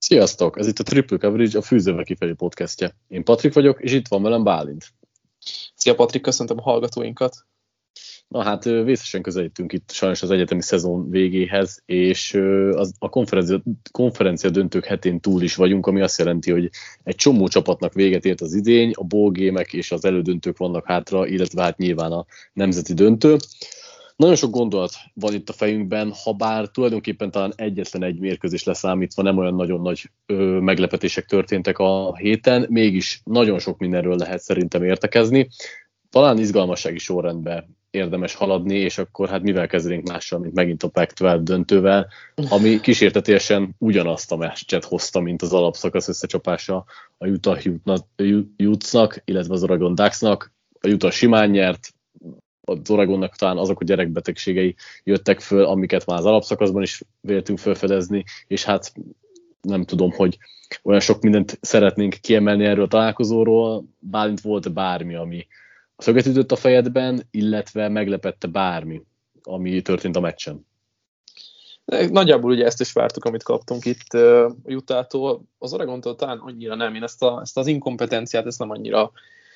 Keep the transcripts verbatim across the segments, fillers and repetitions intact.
Sziasztok! Ez itt a Triple Coverage, a Fűzővel kifelé podcastje. Én Patrik vagyok, és itt van velem Bálint. Szia Patrik, köszöntöm a hallgatóinkat. Na hát vészesen közelítünk itt sajnos az egyetemi szezon végéhez, és az, a konferencia, konferencia döntők hetén túl is vagyunk, ami azt jelenti, hogy egy csomó csapatnak véget ért az idény, a ballgame-ek és az elődöntők vannak hátra, illetve hát nyilván a nemzeti döntő. Nagyon sok gondolat van itt a fejünkben, ha bár tulajdonképpen talán egyetlen egy mérkőzés leszámítva nem olyan nagyon nagy ö, meglepetések történtek a héten, mégis nagyon sok mindenről lehet szerintem értekezni. Talán izgalmassági sorrendben érdemes haladni, és akkor hát mivel kezdenénk mással, mint megint a Pac tizenkettő döntővel, ami kísértetésen ugyanazt a meccset hozta, mint az alapszakasz összecsapása a Utah Utes-nak, illetve az Oregon Ducksnak. A Utah simán nyert, az Oregonnak talán azok a gyerekbetegségei jöttek föl, amiket már az alapszakaszban is véltünk felfedezni, és hát nem tudom, hogy olyan sok mindent szeretnénk kiemelni erről a találkozóról. Bálint volt bármi, ami szöget ütött a fejedben, illetve meglepette bármi, ami történt a meccsen? Nagyjából ugye ezt is vártuk, amit kaptunk itt uh, Utah-tól. Az Oregontól talán annyira nem. Én ezt, a, ezt az inkompetenciát ezt nem annyira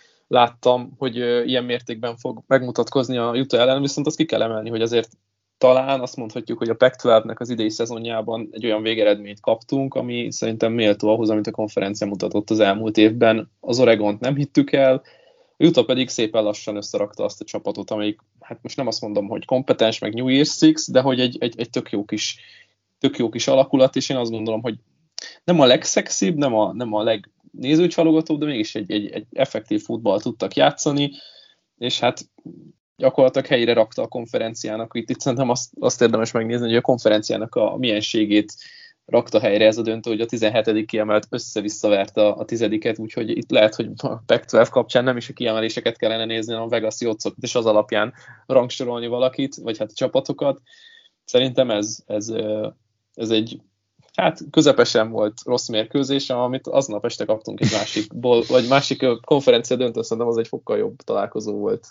láttam, hogy uh, ilyen mértékben fog megmutatkozni a Utah ellen, viszont azt ki kell emelni, hogy azért talán azt mondhatjuk, hogy a Pac tizenkettőnek az idei szezonjában egy olyan végeredményt kaptunk, ami szerintem méltó ahhoz, amit a konferencia mutatott az elmúlt évben. Az Oregont nem hittük el, a Utah pedig szépen lassan összerakta azt a csapatot, amelyik, hát most nem azt mondom, hogy kompetens, meg New Year's Six, de hogy egy, egy, egy tök, jó kis, tök jó kis alakulat, és én azt gondolom, hogy nem a legszexibb, nem a, nem a legnézőcsalogatóbb, de mégis egy, egy, egy effektív futball tudtak játszani, és hát gyakorlatilag helyére rakta a konferenciának. Itt, itt szerintem azt, azt érdemes megnézni, hogy a konferenciának a mienségét rakta helyre ez a döntő, hogy a tizenhetedik kiemelt össze-visszaverte a, a tizediket, úgyhogy itt lehet, hogy a Pac tizenkettő kapcsán nem is a kiemeléseket kellene nézni, hanem a Vegas odds-ot, és az alapján rangsorolni valakit, vagy hát a csapatokat. Szerintem ez, ez, ez egy hát közepesen volt rossz mérkőzés, amit aznap este kaptunk egy másik, bol, vagy másik konferencia döntő, szerintem az egy fokkal jobb találkozó volt.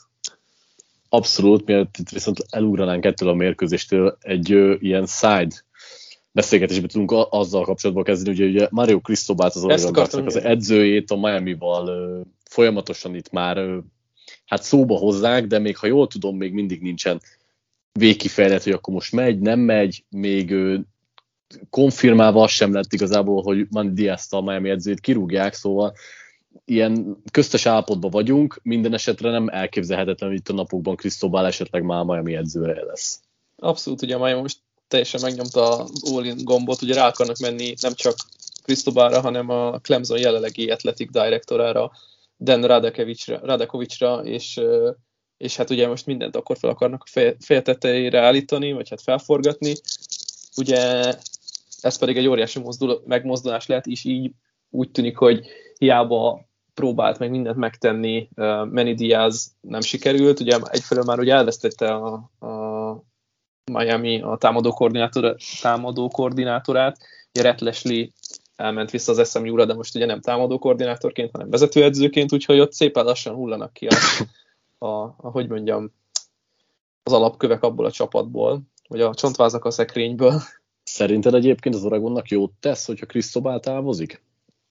Abszolút, mert itt viszont elugranánk ettől a mérkőzéstől egy ö, ilyen side beszélgetésbe tudunk azzal kapcsolatban kezdeni, ugye, ugye Mario Cristobalt az Oregon Ducksnak az edzőjét a Miamival ö, folyamatosan itt már ö, hát szóba hozzák, de még ha jól tudom, még mindig nincsen végkifejlett, hogy akkor most megy, nem megy, még ö, konfirmálva az sem lett igazából, hogy Manny Diaz-t a Miami edzőjét kirúgják, szóval ilyen köztes állapotban vagyunk, minden esetre nem elképzelhetetlen, hogy itt a napokban Cristobal esetleg már Miami edzője lesz. Abszolút, ugye Miami most teljesen megnyomta a all-in gombot, ugye rá akarnak menni nem csak Cristobalra, hanem a Clemson jelenlegi athletic directorára, Dan Radakovicsra, és, és hát ugye most mindent akkor fel akarnak a feje tetejére állítani, vagy hát felforgatni. Ugye ez pedig egy óriási mozdul, megmozdulás lehet, és így úgy tűnik, hogy hiába próbált meg mindent megtenni, uh, Manny Diaz nem sikerült. Ugye egyfelől már ugye elvesztette a, a Miami a támadó, koordinátor, támadó koordinátorát, ugye Rhett Lashlee elment vissza az es em u-ra, de most ugye nem támadó koordinátorként, hanem vezetőedzőként, úgyhogy ott szépen lassan hullanak ki a, a, a hogy mondjam, az alapkövek abból a csapatból, vagy a csontvázak a szekrényből. Szerinted egyébként az Oregonnak jót tesz, hogyha Cristobal távozik?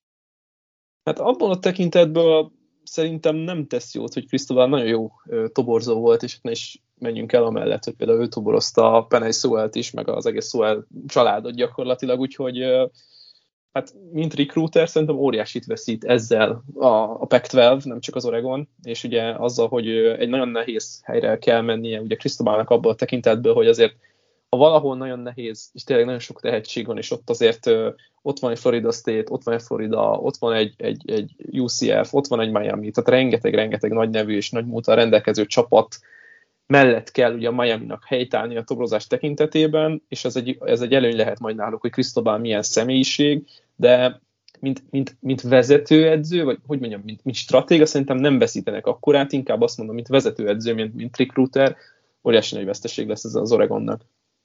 Hát abból a tekintetből szerintem nem tesz jót, hogy Cristobal nagyon jó ö, toborzó volt, és ne is menjünk el amellett, hogy például ő toborozta a Penei Sewellt is, meg az egész Sewell családot gyakorlatilag, úgyhogy ö, hát mint recruiter szerintem óriásit veszít ezzel a, a Pac tizenkettő, nem csak az Oregon, és ugye azzal, hogy ö, egy nagyon nehéz helyre kell mennie, ugye Cristobalnak abból a tekintetből, hogy azért ha valahol nagyon nehéz, és tényleg nagyon sok tehetség van, és ott azért ö, ott van egy Florida State, ott van egy Florida, ott van egy, egy, egy u cé ef, ott van egy Miami, tehát rengeteg-rengeteg nagy nevű és nagy múltal rendelkező csapat mellett kell ugye a Miaminak helytállni a toborozás tekintetében, és ez egy, ez egy előny lehet majd náluk, hogy Cristobal milyen személyiség, de mint, mint, mint vezetőedző, vagy hogy mondjam, mint, mint stratéga, szerintem nem veszítenek akkorát, inkább azt mondom, mint vezetőedző, mint, mint recruiter, óriási nagy veszteség lesz ez az Oregonnak.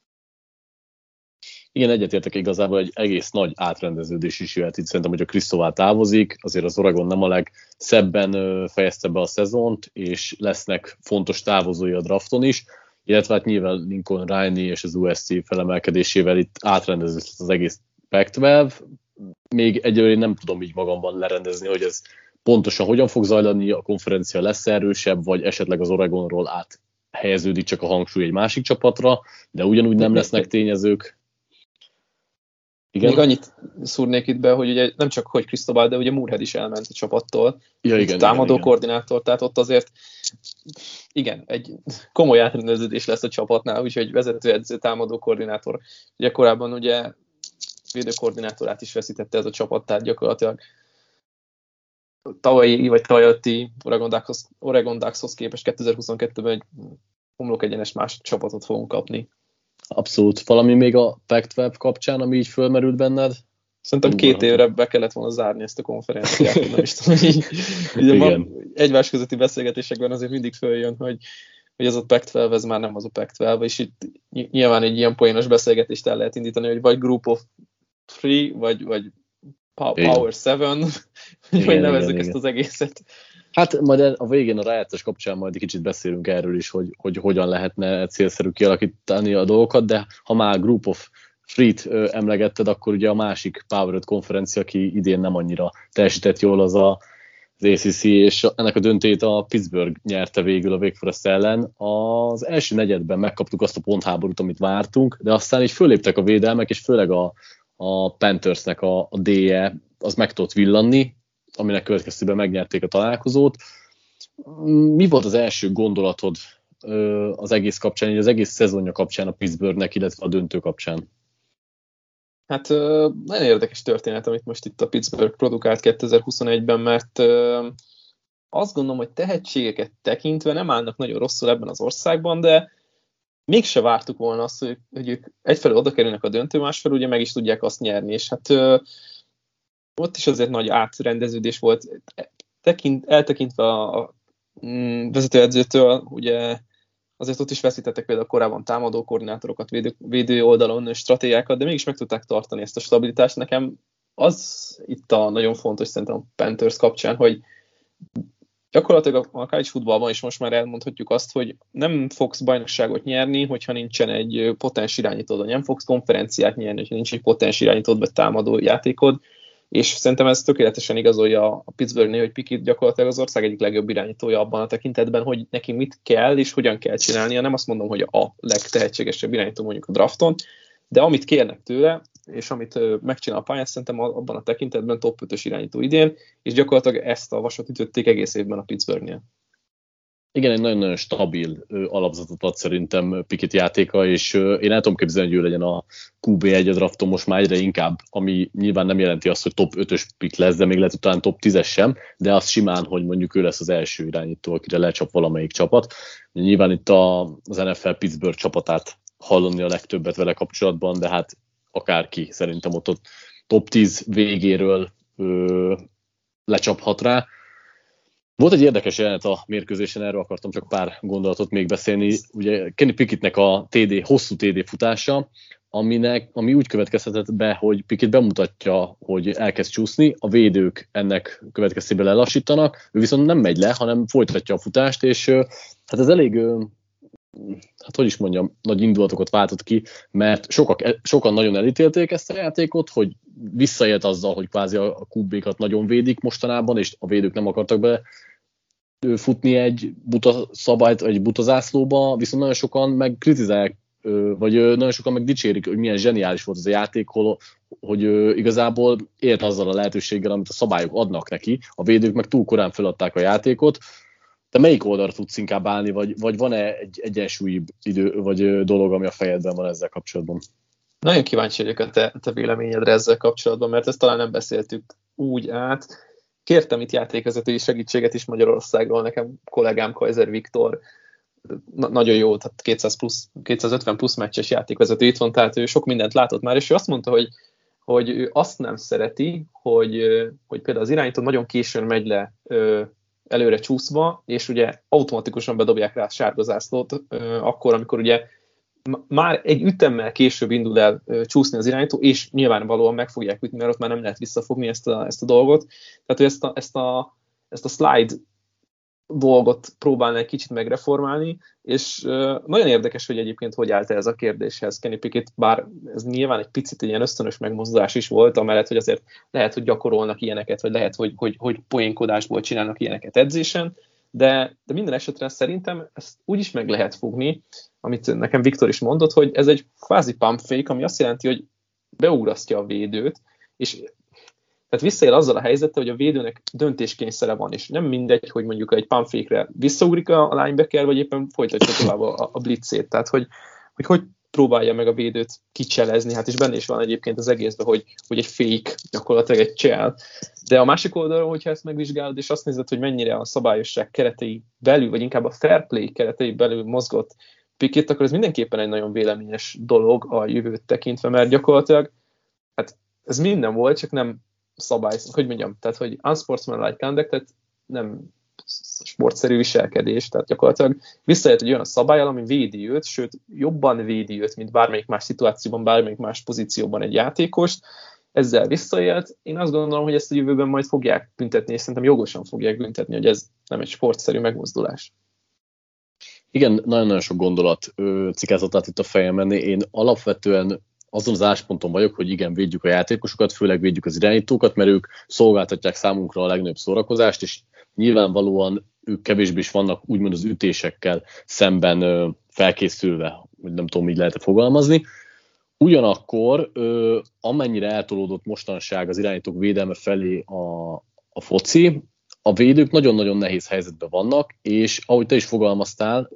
Igen, egyetértek igazából, egy egész nagy átrendeződés is jöhet itt. Szerintem, hogy a Cristobal távozik, azért az Oregon nem a legszebben fejezte be a szezont, és lesznek fontos távozói a drafton is, illetve hát nyilván Lincoln Riley és az u es cé felemelkedésével itt átrendeződött az egész Pac tizenkettő. még egyelőre nem tudom így magamban lerendezni, hogy ez pontosan hogyan fog zajlani, a konferencia lesz erősebb, vagy esetleg az Oregonról át helyeződik csak a hangsúly egy másik csapatra, de ugyanúgy nem lesznek tényezők. Igen? Még annyit szúrnék itt be, hogy ugye nem csak hogy Cristobal, de ugye Moorhead is elment a csapattól, ja, igen, támadó igen, koordinátor, tehát ott azért igen, egy komoly átrendeződés lesz a csapatnál, úgyhogy vezetőedző, támadó koordinátor. Ugye korábban ugye védőkoordinátorát is veszítette ez a csapat, tehát gyakorlatilag tavalyi vagy tavalyi Oregon Duckshoz, Oregon Duckshoz képest kétezer-huszonkettőben egy homlok egyenes más csapatot fogunk kapni. Abszolút. Valami még a Pac tizenkettő kapcsán, ami így fölmerült benned? Szerintem két évre be kellett volna zárni ezt a konferenciát. Nem is tudom, így, így a egymás közötti beszélgetésekben azért mindig följön, hogy, hogy az a Pac tizenkettő, ez már nem az a Pac tizenkettő, és itt nyilván egy ilyen poénos beszélgetést el lehet indítani, hogy vagy Group of Three, vagy, vagy Power Seven, hogy nevezzük ezt az egészet. Hát majd a végén a rájátszás kapcsán majd egy kicsit beszélünk erről is, hogy, hogy hogyan lehetne célszerű kialakítani a dolgokat, de ha már Group of Three-t emlegetted, akkor ugye a másik Power öt konferencia, aki idén nem annyira teljesített jól, az a, az á cé cé, és ennek a döntőjét a Pittsburgh nyerte végül a Wake Forest ellen. Az első negyedben megkaptuk azt a pontháborút, amit vártunk, de aztán így föléptek a védelmek, és főleg a, a Panthersnek a, a dé-je az meg tudott villanni, aminek következtében megnyerték a találkozót. Mi volt az első gondolatod az egész kapcsán, az egész szezonja kapcsán a Pittsburghnek, illetve a döntő kapcsán? Hát nagyon érdekes történet, amit most itt a Pittsburgh produkált kétezer-huszonegyben, mert azt gondolom, hogy tehetségeket tekintve nem állnak nagyon rosszul ebben az országban, de mégse vártuk volna azt, hogy, hogy ők egyfelől oda kerülnek a döntő, másfelől ugye meg is tudják azt nyerni, és hát ott is azért nagy átrendeződés volt, tekint, eltekintve a, a vezetőedzőtől, ugye azért ott is veszítettek például korábban támadó koordinátorokat, védő, védő oldalon stratégiákat, de mégis meg tudták tartani ezt a stabilitást. Nekem az itt a nagyon fontos szerintem a Panthers kapcsán, hogy gyakorlatilag a college futballban is most már elmondhatjuk azt, hogy nem fogsz bajnokságot nyerni, hogyha nincsen egy potens irányítód, nem fogsz konferenciát nyerni, hogyha nincs egy potens irányítód, vagy támadó játékod, és szerintem ez tökéletesen igazolja a Pittsburghnél, hogy Pickett gyakorlatilag az ország egyik legjobb irányítója abban a tekintetben, hogy neki mit kell és hogyan kell csinálnia. Nem azt mondom, hogy a legtehetségesebb irányító mondjuk a drafton, de amit kérnek tőle, és amit megcsinál a pályán, szerintem abban a tekintetben top ötös irányító idén, és gyakorlatilag ezt a vasat ütötték egész évben a Pittsburghnél. Igen, egy nagyon-nagyon stabil ö, alapzatot ad szerintem Pickett játéka, és ö, én el tudom képzelni, hogy ő legyen a kú bé egy a drafton most már egyre inkább, ami nyilván nem jelenti azt, hogy top ötös pick lesz, de még lehet, hogy talán top tízes sem, de az simán, hogy mondjuk ő lesz az első irányító, akire lecsap valamelyik csapat. Nyilván itt a, az en ef el Pittsburgh csapatát hallani a legtöbbet vele kapcsolatban, de hát akárki szerintem ott, ott top tíz végéről ö, lecsaphat rá. Volt egy érdekes jelenet a mérkőzésen, erről akartam csak pár gondolatot még beszélni. Ugye Kenny Pickettnek a té dé, hosszú té dé futása, aminek, ami úgy következhetett be, hogy Pickett bemutatja, hogy elkezd csúszni, a védők ennek következtében lelassítanak, ő viszont nem megy le, hanem folytatja a futást, és hát ez elég, hát hogy is mondjam, nagy indulatokat váltott ki, mert sokak, sokan nagyon elítélték ezt a játékot, hogy visszaélt azzal, hogy kvázi a kú békat nagyon védik mostanában, és a védők nem akartak be futni egy buta szabályt, egy buta zászlóba, viszont nagyon sokan meg kritizálják, vagy nagyon sokan meg dicsérik, hogy milyen zseniális volt ez a játék, hogy igazából élt azzal a lehetőséggel, amit a szabályok adnak neki, a védők meg túl korán feladták a játékot. Te melyik oldalra tudsz inkább állni, vagy, vagy van-e egy egyensúlyi idő, vagy dolog, ami a fejedben van ezzel kapcsolatban? Nagyon kíváncsi vagyok a te, te véleményedre ezzel kapcsolatban, mert ezt talán nem beszéltük úgy át. Kértem itt játékvezetői segítséget is Magyarországról, nekem kollégám Kaiser Viktor, na- nagyon jó, tehát kétszáz plusz, kétszázötven plusz meccses játékvezető itt van, tehát ő sok mindent látott már, és ő azt mondta, hogy, hogy ő azt nem szereti, hogy, hogy például az irányító nagyon későn megy le előre csúszva, és ugye automatikusan bedobják rá a sárga zászlót, akkor, amikor ugye már egy ütemmel később indul el csúszni az irányító, és nyilvánvalóan meg fogják ütni, mert ott már nem lehet visszafogni ezt a, ezt a dolgot. Tehát, hogy ezt a, ezt a, ezt a slide dolgot próbálna egy kicsit megreformálni, és uh, nagyon érdekes, hogy egyébként hogy állt ez a kérdéshez Kenny Pickett, bár ez nyilván egy picit egy ilyen ösztönös megmozdulás is volt, amellett, hogy azért lehet, hogy gyakorolnak ilyeneket, vagy lehet, hogy, hogy, hogy poénkodásból csinálnak ilyeneket edzésen, de, de minden esetre szerintem ezt úgy is meg lehet fogni, amit nekem Viktor is mondott, hogy ez egy kvázi pump fake, ami azt jelenti, hogy beugrasztja a védőt, és tehát visszaél azzal a helyzettel, hogy a védőnek döntéskényszere van, és nem mindegy, hogy mondjuk egy pump fake-re visszaugrik a linebacker, vagy éppen folytatja tovább a, a blitzét. Tehát, hogy, hogy hogy próbálja meg a védőt kicselezni, hát is benne is van egyébként az egészben, hogy, hogy egy fake, gyakorlatilag egy csel. De a másik oldalról, hogyha ezt megvizsgálod, és azt nézed, hogy mennyire a szabályosság keretei belül, vagy inkább a fair play keretei belül mozgott Pickett, akkor ez mindenképpen egy nagyon véleményes dolog a jövőt tekintve, mert gyakorlatilag hát ez minden volt, csak nem szabály, hogy mondjam, tehát, hogy unsportsmanlike conduct, tehát nem sportszerű viselkedés, tehát gyakorlatilag visszajött egy olyan szabályal, ami védi őt, sőt, jobban védi őt, mint bármelyik más szituációban, bármelyik más pozícióban egy játékost, ezzel visszaélt. Én azt gondolom, hogy ezt a jövőben majd fogják büntetni, és szerintem jogosan fogják büntetni, hogy ez nem egy sportszerű megmozdulás. Igen, nagyon-nagyon sok gondolat cikázott át itt a fejemben. Én alapvetően azon az állásponton vagyok, hogy igen, védjük a játékosokat, főleg védjük az irányítókat, mert ők szolgáltatják számunkra a legnagyobb szórakozást, és nyilvánvalóan ők kevésbé is vannak úgymond az ütésekkel szemben felkészülve, hogy nem tudom, így lehet-e fogalmazni. Ugyanakkor amennyire eltolódott mostanság az irányítók védelme felé a, a foci, a védők nagyon-nagyon nehéz helyzetben vannak, és ahogy te is fogalmaztál,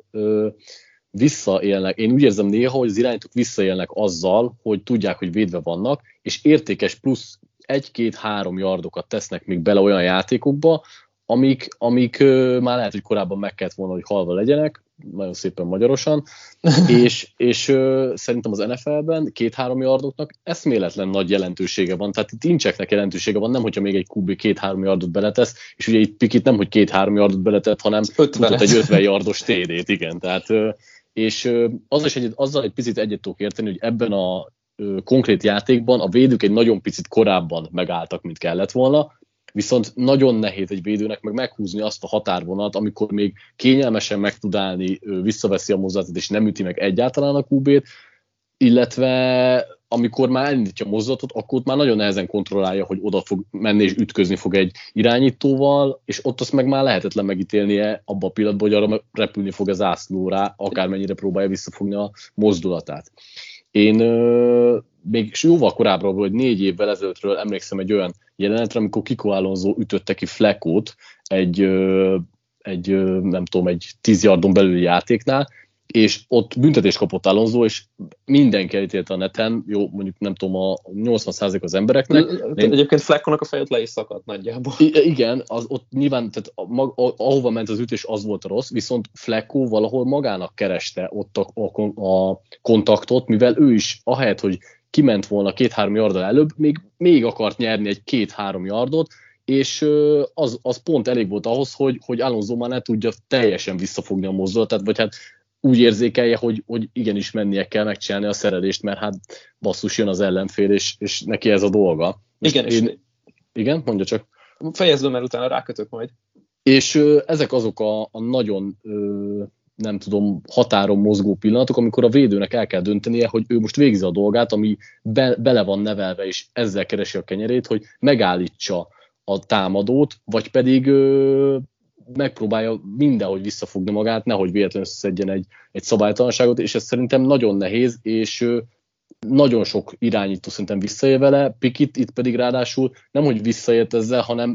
visszaélnek. Én úgy érzem néha, hogy az irányítók visszaélnek azzal, hogy tudják, hogy védve vannak, és értékes plusz egy-két-három yardokat tesznek még bele olyan játékokba, amik, amik már lehet, hogy korábban meg kellett volna, hogy halva legyenek, nagyon szépen magyarosan, és, és ö, szerintem az en ef el-ben két-három yardoknak eszméletlen nagy jelentősége van, tehát itt incseknek jelentősége van, nem hogyha még egy kú bé két-három yardot beletesz, és ugye itt Pickett nem, hogy két-három yardot beletett, hanem futott egy ötven yardos té dét, igen, tehát ö, és ö, az is egy, azzal egy picit egyet tudok érteni, hogy ebben a ö, konkrét játékban a védők egy nagyon picit korábban megálltak, mint kellett volna, viszont nagyon nehéz egy védőnek meg meghúzni azt a határvonalat, amikor még kényelmesen meg tud állni, visszaveszi a mozdulatot, és nem üti meg egyáltalán a kú bét, illetve amikor már elindítja a mozdulatot, akkor ott már nagyon nehezen kontrollálja, hogy oda fog menni és ütközni fog egy irányítóval, és ott azt meg már lehetetlen megítélnie abba a pillanatban, hogy arra repülni fog az ászlóra, akármennyire próbálja visszafogni a mozdulatát. Én ö, még jóval korábbról, vagy négy évvel ezelőttről emlékszem egy olyan jelenetre, amikor Kiko Alonso ütötte ki Fleckót egy, ö, egy ö, nem tudom, egy tíz yardon belüli játéknál, és ott büntetés kapott Alonso, és mindenki elítélte a neten, jó, mondjuk nem tudom, a nyolcvan százalék az embereknek. Én... Egyébként Fleckónak a fejét le is szakadt nagyjából. I- igen, az ott nyilván, tehát a, a, ahova ment az ütés, az volt a rossz, viszont Fleckó valahol magának kereste ott a, a, a kontaktot, mivel ő is, ahelyett, hogy kiment volna két-három yarddal előbb, még, még akart nyerni egy két-három yardot, és az, az pont elég volt ahhoz, hogy, hogy Alonso már ne tudja teljesen visszafogni a mozdulatát, vagy hát úgy érzékelje, hogy, hogy igenis mennie kell megcsinálni a szerelést, mert hát basszus, jön az ellenfél, és, és neki ez a dolga. Igen, én, és... igen, mondja csak. Fejezd be, mert utána rákötök majd. És ö, ezek azok a, a nagyon, ö, nem tudom, határon mozgó pillanatok, amikor a védőnek el kell döntenie, hogy ő most végzi a dolgát, ami be, bele van nevelve, és ezzel keresi a kenyerét, hogy megállítsa a támadót, vagy pedig ö, megpróbálja mindenhogy visszafogni magát, nehogy véletlenül összeszedjen egy, egy szabálytalanságot, és ez szerintem nagyon nehéz, és ö, nagyon sok irányító szerintem visszaél vele, Pickett itt pedig ráadásul nem, hogy visszaélt ezzel, hanem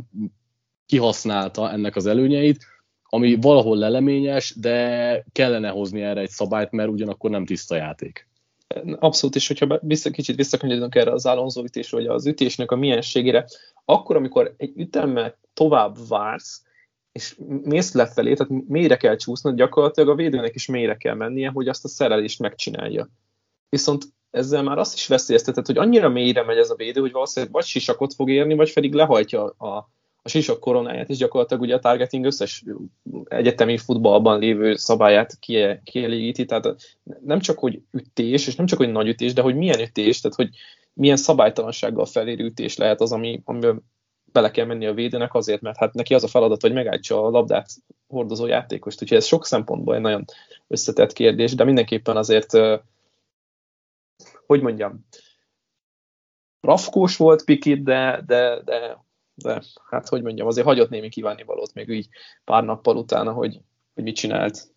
kihasználta ennek az előnyeit, ami valahol leleményes, de kellene hozni erre egy szabályt, mert ugyanakkor nem tiszta játék. Abszolút, és hogyha vissza, kicsit visszakanyarodunk erre az Alonso ütésre, vagy az ütésnek a mienségére, akkor, amikor egy ütemmel tovább vársz, és mész lefelé, tehát mélyre kell csúsznod, gyakorlatilag a védőnek is mélyre kell mennie, hogy azt a szerelést megcsinálja. Viszont ezzel már azt is veszélyeztetett, hogy annyira mélyre megy ez a védő, hogy valószínűleg vagy sisakot fog érni, vagy pedig lehajtja a, a sisak koronáját, és gyakorlatilag ugye a targeting összes egyetemi futballban lévő szabályát kielégíti. Tehát nem csak, hogy ütés, és nem csak, hogy nagy ütés, de hogy milyen ütés, tehát hogy milyen szabálytalansággal felérő ütés lehet az, ami, amiben bele kell menni a védőnek azért, mert hát neki az a feladat, hogy megállítsa a labdát hordozó játékost, úgyhogy ez sok szempontból egy nagyon összetett kérdés, de mindenképpen azért, hogy mondjam, rafkós volt Pickett, de, de, de, de hát hogy mondjam, azért hagyott némi kívánnivalót még így pár nappal utána, hogy, hogy mit csinált.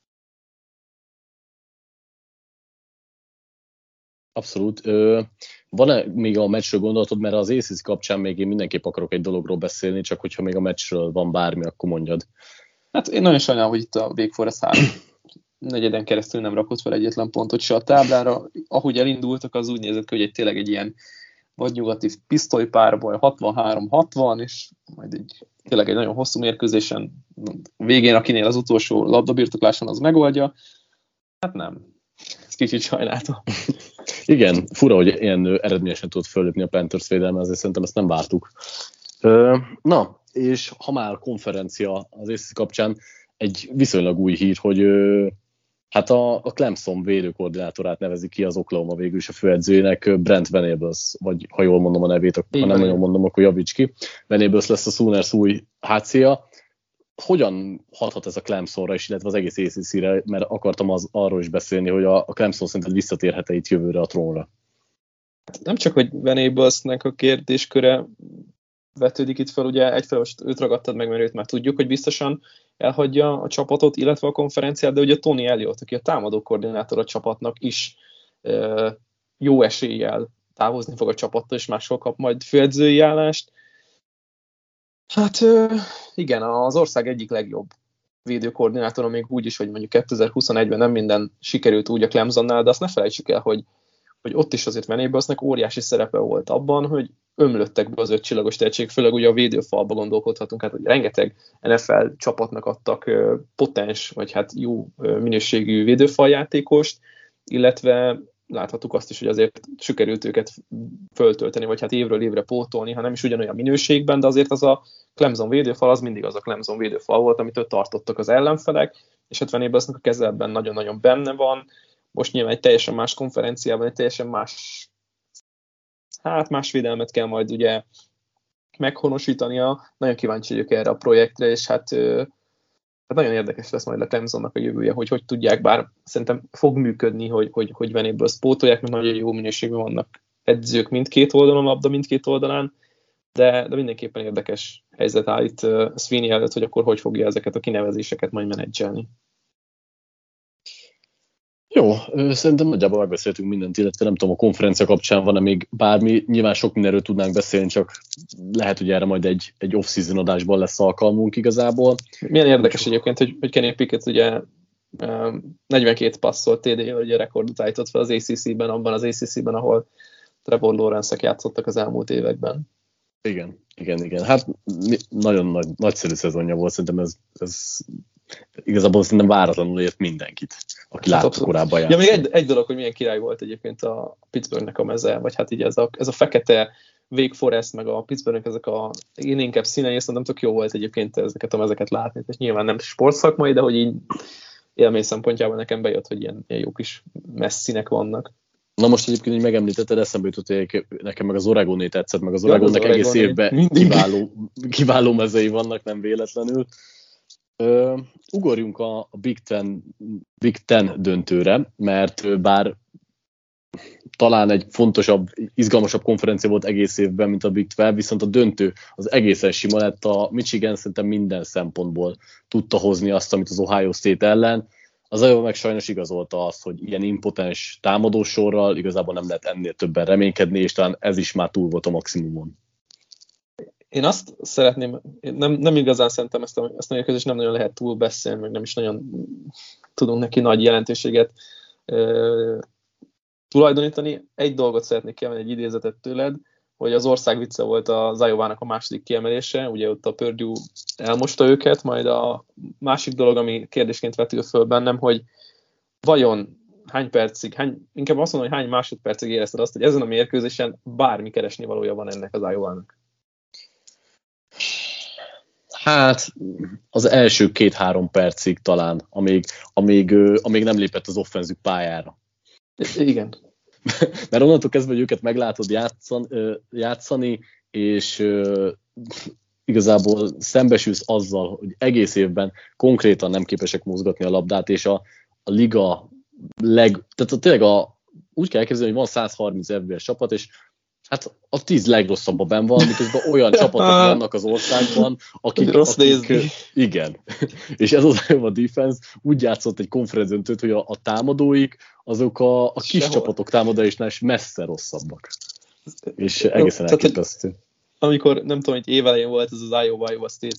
Abszolút. Van-e még a meccsről gondolatod, mert az á cé cé kapcsán még én mindenképp akarok egy dologról beszélni, csak hogyha még a meccsről van bármi, akkor mondjad. Hát én nagyon sajnálom, hogy itt a Wake Forest három negyeden keresztül nem rakott fel egyetlen pontot se a táblára. Ahogy elindultak, az úgy nézett ki, hogy egy, tényleg egy ilyen vadnyugati pisztolypárbaj hatvanhárom hatvan, és majd egy, tényleg egy nagyon hosszú mérkőzésen végén, akinél az utolsó labdabirtokláson az megoldja. Hát nem. Ez kicsit sajnáltam. Igen, fura, hogy ilyen eredményesen tudott föllépni a Panthers védelme, azért szerintem ezt nem vártuk. Na, és ha már konferencia az á cé cé kapcsán, egy viszonylag új hír, hogy hát a, a Clemson védőkoordinátorát nevezi ki az Oklahoma végül is a főedzőjének, Brent Venables, vagy ha jól mondom a nevét, ha nem nagyon mondom, akkor javíts ki. Venables lesz a Sooners új há cé-ja. Hogyan hathat ez a Clemsonra is, illetve az egész á cé cé-re, mert akartam az, arról is beszélni, hogy a, a Clemson szerinted visszatérhet-e itt jövőre a trónra? Nem csak, hogy Venablesnek a kérdésköre vetődik itt fel, ugye egyfelől most őt ragadtad meg, mert őt már tudjuk, hogy biztosan elhagyja a csapatot, illetve a konferenciát, de ugye Tony Elliott, aki a támadó koordinátor a csapatnak is e, jó eséllyel távozni fog a csapattól, és máshol kap majd főedzői állást. Hát e, igen, az ország egyik legjobb védőkoordinátora, még úgy is, hogy mondjuk kétezer-huszonegyben nem minden sikerült úgy a Clemsonnál, de azt ne felejtsük el, hogy, hogy ott is azért Venablesnek óriási szerepe volt abban, hogy ömlöttek be az öt csillagos tehetség, főleg ugye a védőfalba gondolkodhatunk, hát hogy rengeteg en ef el csapatnak adtak potens, vagy hát jó minőségű védőfaljátékost, illetve láthattuk azt is, hogy azért sikerült őket föltölteni, vagy hát évről évre pótolni, ha nem is ugyanolyan minőségben, de azért az a Clemson védőfal, az mindig az a Clemson védőfal volt, amitől tartottak az ellenfelek, és hát Venablesnek a kezelben nagyon-nagyon benne van. Most nyilván egy teljesen más konferenciában, egy teljesen más hát más védelmet kell majd ugye meghonosítania. Nagyon kíváncsi vagyok erre a projektre, és hát, hát nagyon érdekes lesz majd a Clemsonnak a jövője, hogy hogy tudják, bár szerintem fog működni, hogy, hogy, hogy Venables pótolják, mert nagyon jó minőségben vannak edzők mindkét oldalon, labda mindkét oldalán, de, de mindenképpen érdekes helyzet áll itt Sweeney előtt, hogy akkor hogy fogja ezeket a kinevezéseket majd menedzselni. Jó, szerintem nagyjából megbeszéltünk mindent, illetve nem tudom, a konferencia kapcsán van-e még bármi, nyilván sok mindenről tudnánk beszélni, csak lehet, hogy erre majd egy, egy off-season adásban lesz alkalmunk igazából. Milyen érdekes Úgy, egyébként, hogy, hogy Kenny Pickett ugye negyvenkét passzolt té dé-vel ugye rekordot állított fel az á cé cé-ben, abban az á cé cé-ben, ahol Trevor Lawrence-ek játszottak az elmúlt években. Igen, igen, igen. Hát nagyon nagy, nagyszerű szezonja volt, szerintem ez, ez igazából szerintem váratlanul ért mindenkit, aki hát látta korábban játszani. Ja, még egy, egy dolog, hogy milyen király volt egyébként a Pittsburghnek a meze, vagy hát így ez a, ez a fekete Wake Forest, meg a Pittsburghnek ezek a én inkább színei, és szerintem tök jó volt egyébként ezeket a mezeket látni. És nyilván nem sportszakmai, de hogy így élmény szempontjában nekem bejött, hogy ilyen, ilyen jó kis messzínek vannak. Na most egyébként így megemlítetted, eszembe jutott, hogy nekem meg az Oregoné tetszett, meg az Oregonnak ja, egész évben kiváló, kiváló mezei vannak, nem véletlenül. Uh, ugorjunk a, a Big Ten, Big Ten döntőre, mert bár talán egy fontosabb, izgalmasabb konferencia volt egész évben, mint a Big tizenkettő, viszont a döntő az egészen sima lett. A Michigan szerintem minden szempontból tudta hozni azt, amit az Ohio State ellen. Az Iowa meg sajnos igazolta azt, hogy ilyen impotens támadósorral igazából nem lehet ennél többen reménykedni, és talán ez is már túl volt a maximumon. Én azt szeretném, nem, nem igazán szerintem ezt a, ezt a mérkőzést nem nagyon lehet túl beszélni, meg nem is nagyon tudunk neki nagy jelentőséget ö, tulajdonítani. Egy dolgot szeretnék kiemelni, egy idézetet tőled, hogy az ország vicce volt az Iowa-nak a második kiemelése, ugye ott a Purdue elmosta őket, majd a másik dolog, ami kérdésként vetül föl bennem, hogy vajon hány percig, hány, inkább azt mondom, hogy hány másodpercig érezted azt, hogy ezen a mérkőzésen bármi keresni valója van ennek az Iowa-nak? Hát az első két-három percig talán, amíg, amíg, amíg nem lépett az offenzív pályára. Igen. Mert onnantól kezdve, hogy őket meglátod játszani, játszani és igazából szembesülsz azzal, hogy egész évben konkrétan nem képesek mozgatni a labdát, és a, a liga leg... Tehát tényleg a, úgy kell elképzelni, hogy van száz harminc ef bé es csapat, és hát a tíz legrosszabbban van, miközben olyan csapatok vannak az országban, akik... Rossz akik nézni. Igen. És ez az a defense úgy játszott egy konferenciadöntőt, hogy a, a támadóik, azok a, a kis Sehol. csapatok támadóisnál is messze rosszabbak. És egészen elképesztő. Amikor, nem tudom, hogy évelején volt ez az Iowa Iowa State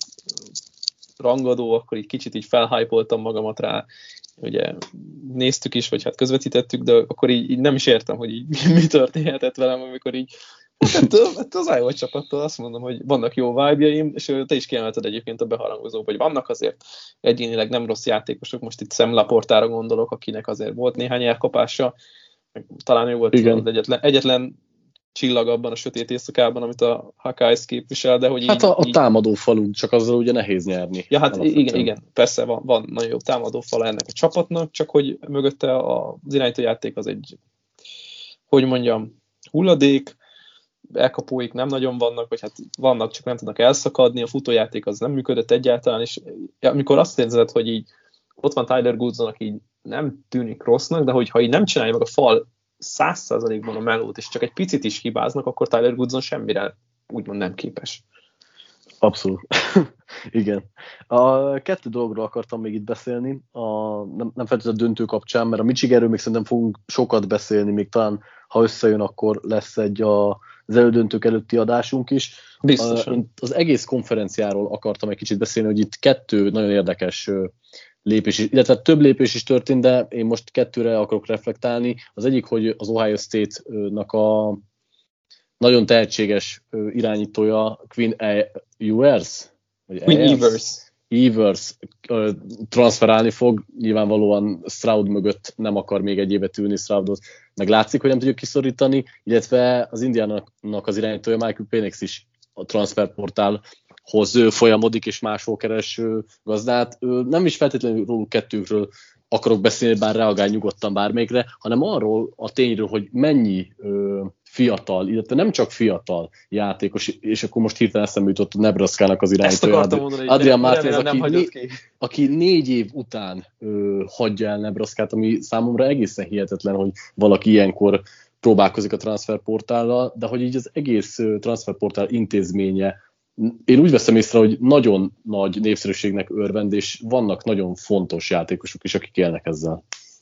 rangadó, akkor így kicsit így felhypoltam magamat rá, ugye néztük is, vagy hát közvetítettük, de akkor így, így nem is értem, hogy így mi történhetett velem, amikor így hát ettől, ettől az Iowa csapattól azt mondom, hogy vannak jó vibe-jaim, és te is kiemelted egyébként a beharangozóba, hogy vannak azért egyénileg nem rossz játékosok, most itt Sam Laportára gondolok, akinek azért volt néhány elkapása, talán ő volt az egyetlen, egyetlen csillag abban a sötét éjszakában, amit a Hawkeyes képvisel, de hogy így... Hát a, a így... támadó falunk, csak azzal ugye nehéz nyerni. Ja, hát igen, igen, persze van, van nagyon jó támadó fala ennek a csapatnak, csak hogy mögötte az irányítójáték az egy, hogy mondjam, hulladék, elkapóik nem nagyon vannak, vagy hát vannak, csak nem tudnak elszakadni, a futójáték az nem működött egyáltalán, és amikor azt érzed, hogy így ott van Tyler Goodson, aki így nem tűnik rossznak, de hogyha így nem csinálja meg a fal száz százalékban a melót, és csak egy picit is hibáznak, akkor Tyler Goodson semmire úgymond nem képes. Abszolút. Igen. A kettő dologról akartam még itt beszélni, a, nem, nem feltétlenül a döntő kapcsán, mert a Michiganről még szerintem fogunk sokat beszélni, még talán ha összejön, akkor lesz egy a, az elődöntők előtti adásunk is. Biztosan. Én az egész konferenciáról akartam egy kicsit beszélni, hogy itt kettő nagyon érdekes lépés, illetve több lépés is történt, de én most kettőre akarok reflektálni. Az egyik, hogy az Ohio State-nak a nagyon tehetséges irányítója, Quinn Ewers, vagy Quinn Ewers. Ewers transferálni fog, nyilvánvalóan Stroud mögött nem akar még egy évet ülni Stroudot, meg látszik, hogy nem tudjuk kiszorítani, illetve az Indiának az irányítója Michael Penix is a transferportálhoz folyamodik, és máshol keres gazdát. Nem is feltétlenül róluk kettőkről akarok beszélni, bár reagálj nyugodtan bármelyikre, hanem arról a tényről, hogy mennyi ö, fiatal, illetve nem csak fiatal játékos, és akkor most hirtelen eszembe jutott a Nebraskának az irányítója. Ezt akartam mondani, Adrian Martinez, aki, né- aki négy év után ö, hagyja el Nebraskát, ami számomra egészen hihetetlen, hogy valaki ilyenkor próbálkozik a transferportállal, de hogy így az egész transferportál intézménye, én úgy veszem észre, hogy nagyon nagy népszerűségnek örvend, és vannak nagyon fontos játékosok is, akik élnek ezzel.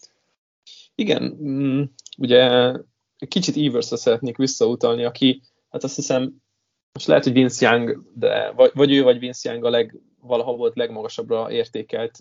Igen, ugye kicsit Eversre szeretnék visszautalni, aki, hát azt hiszem, most lehet, hogy Vince Young, de vagy, vagy ő, vagy Vince Young a leg, valaha volt legmagasabbra értékelt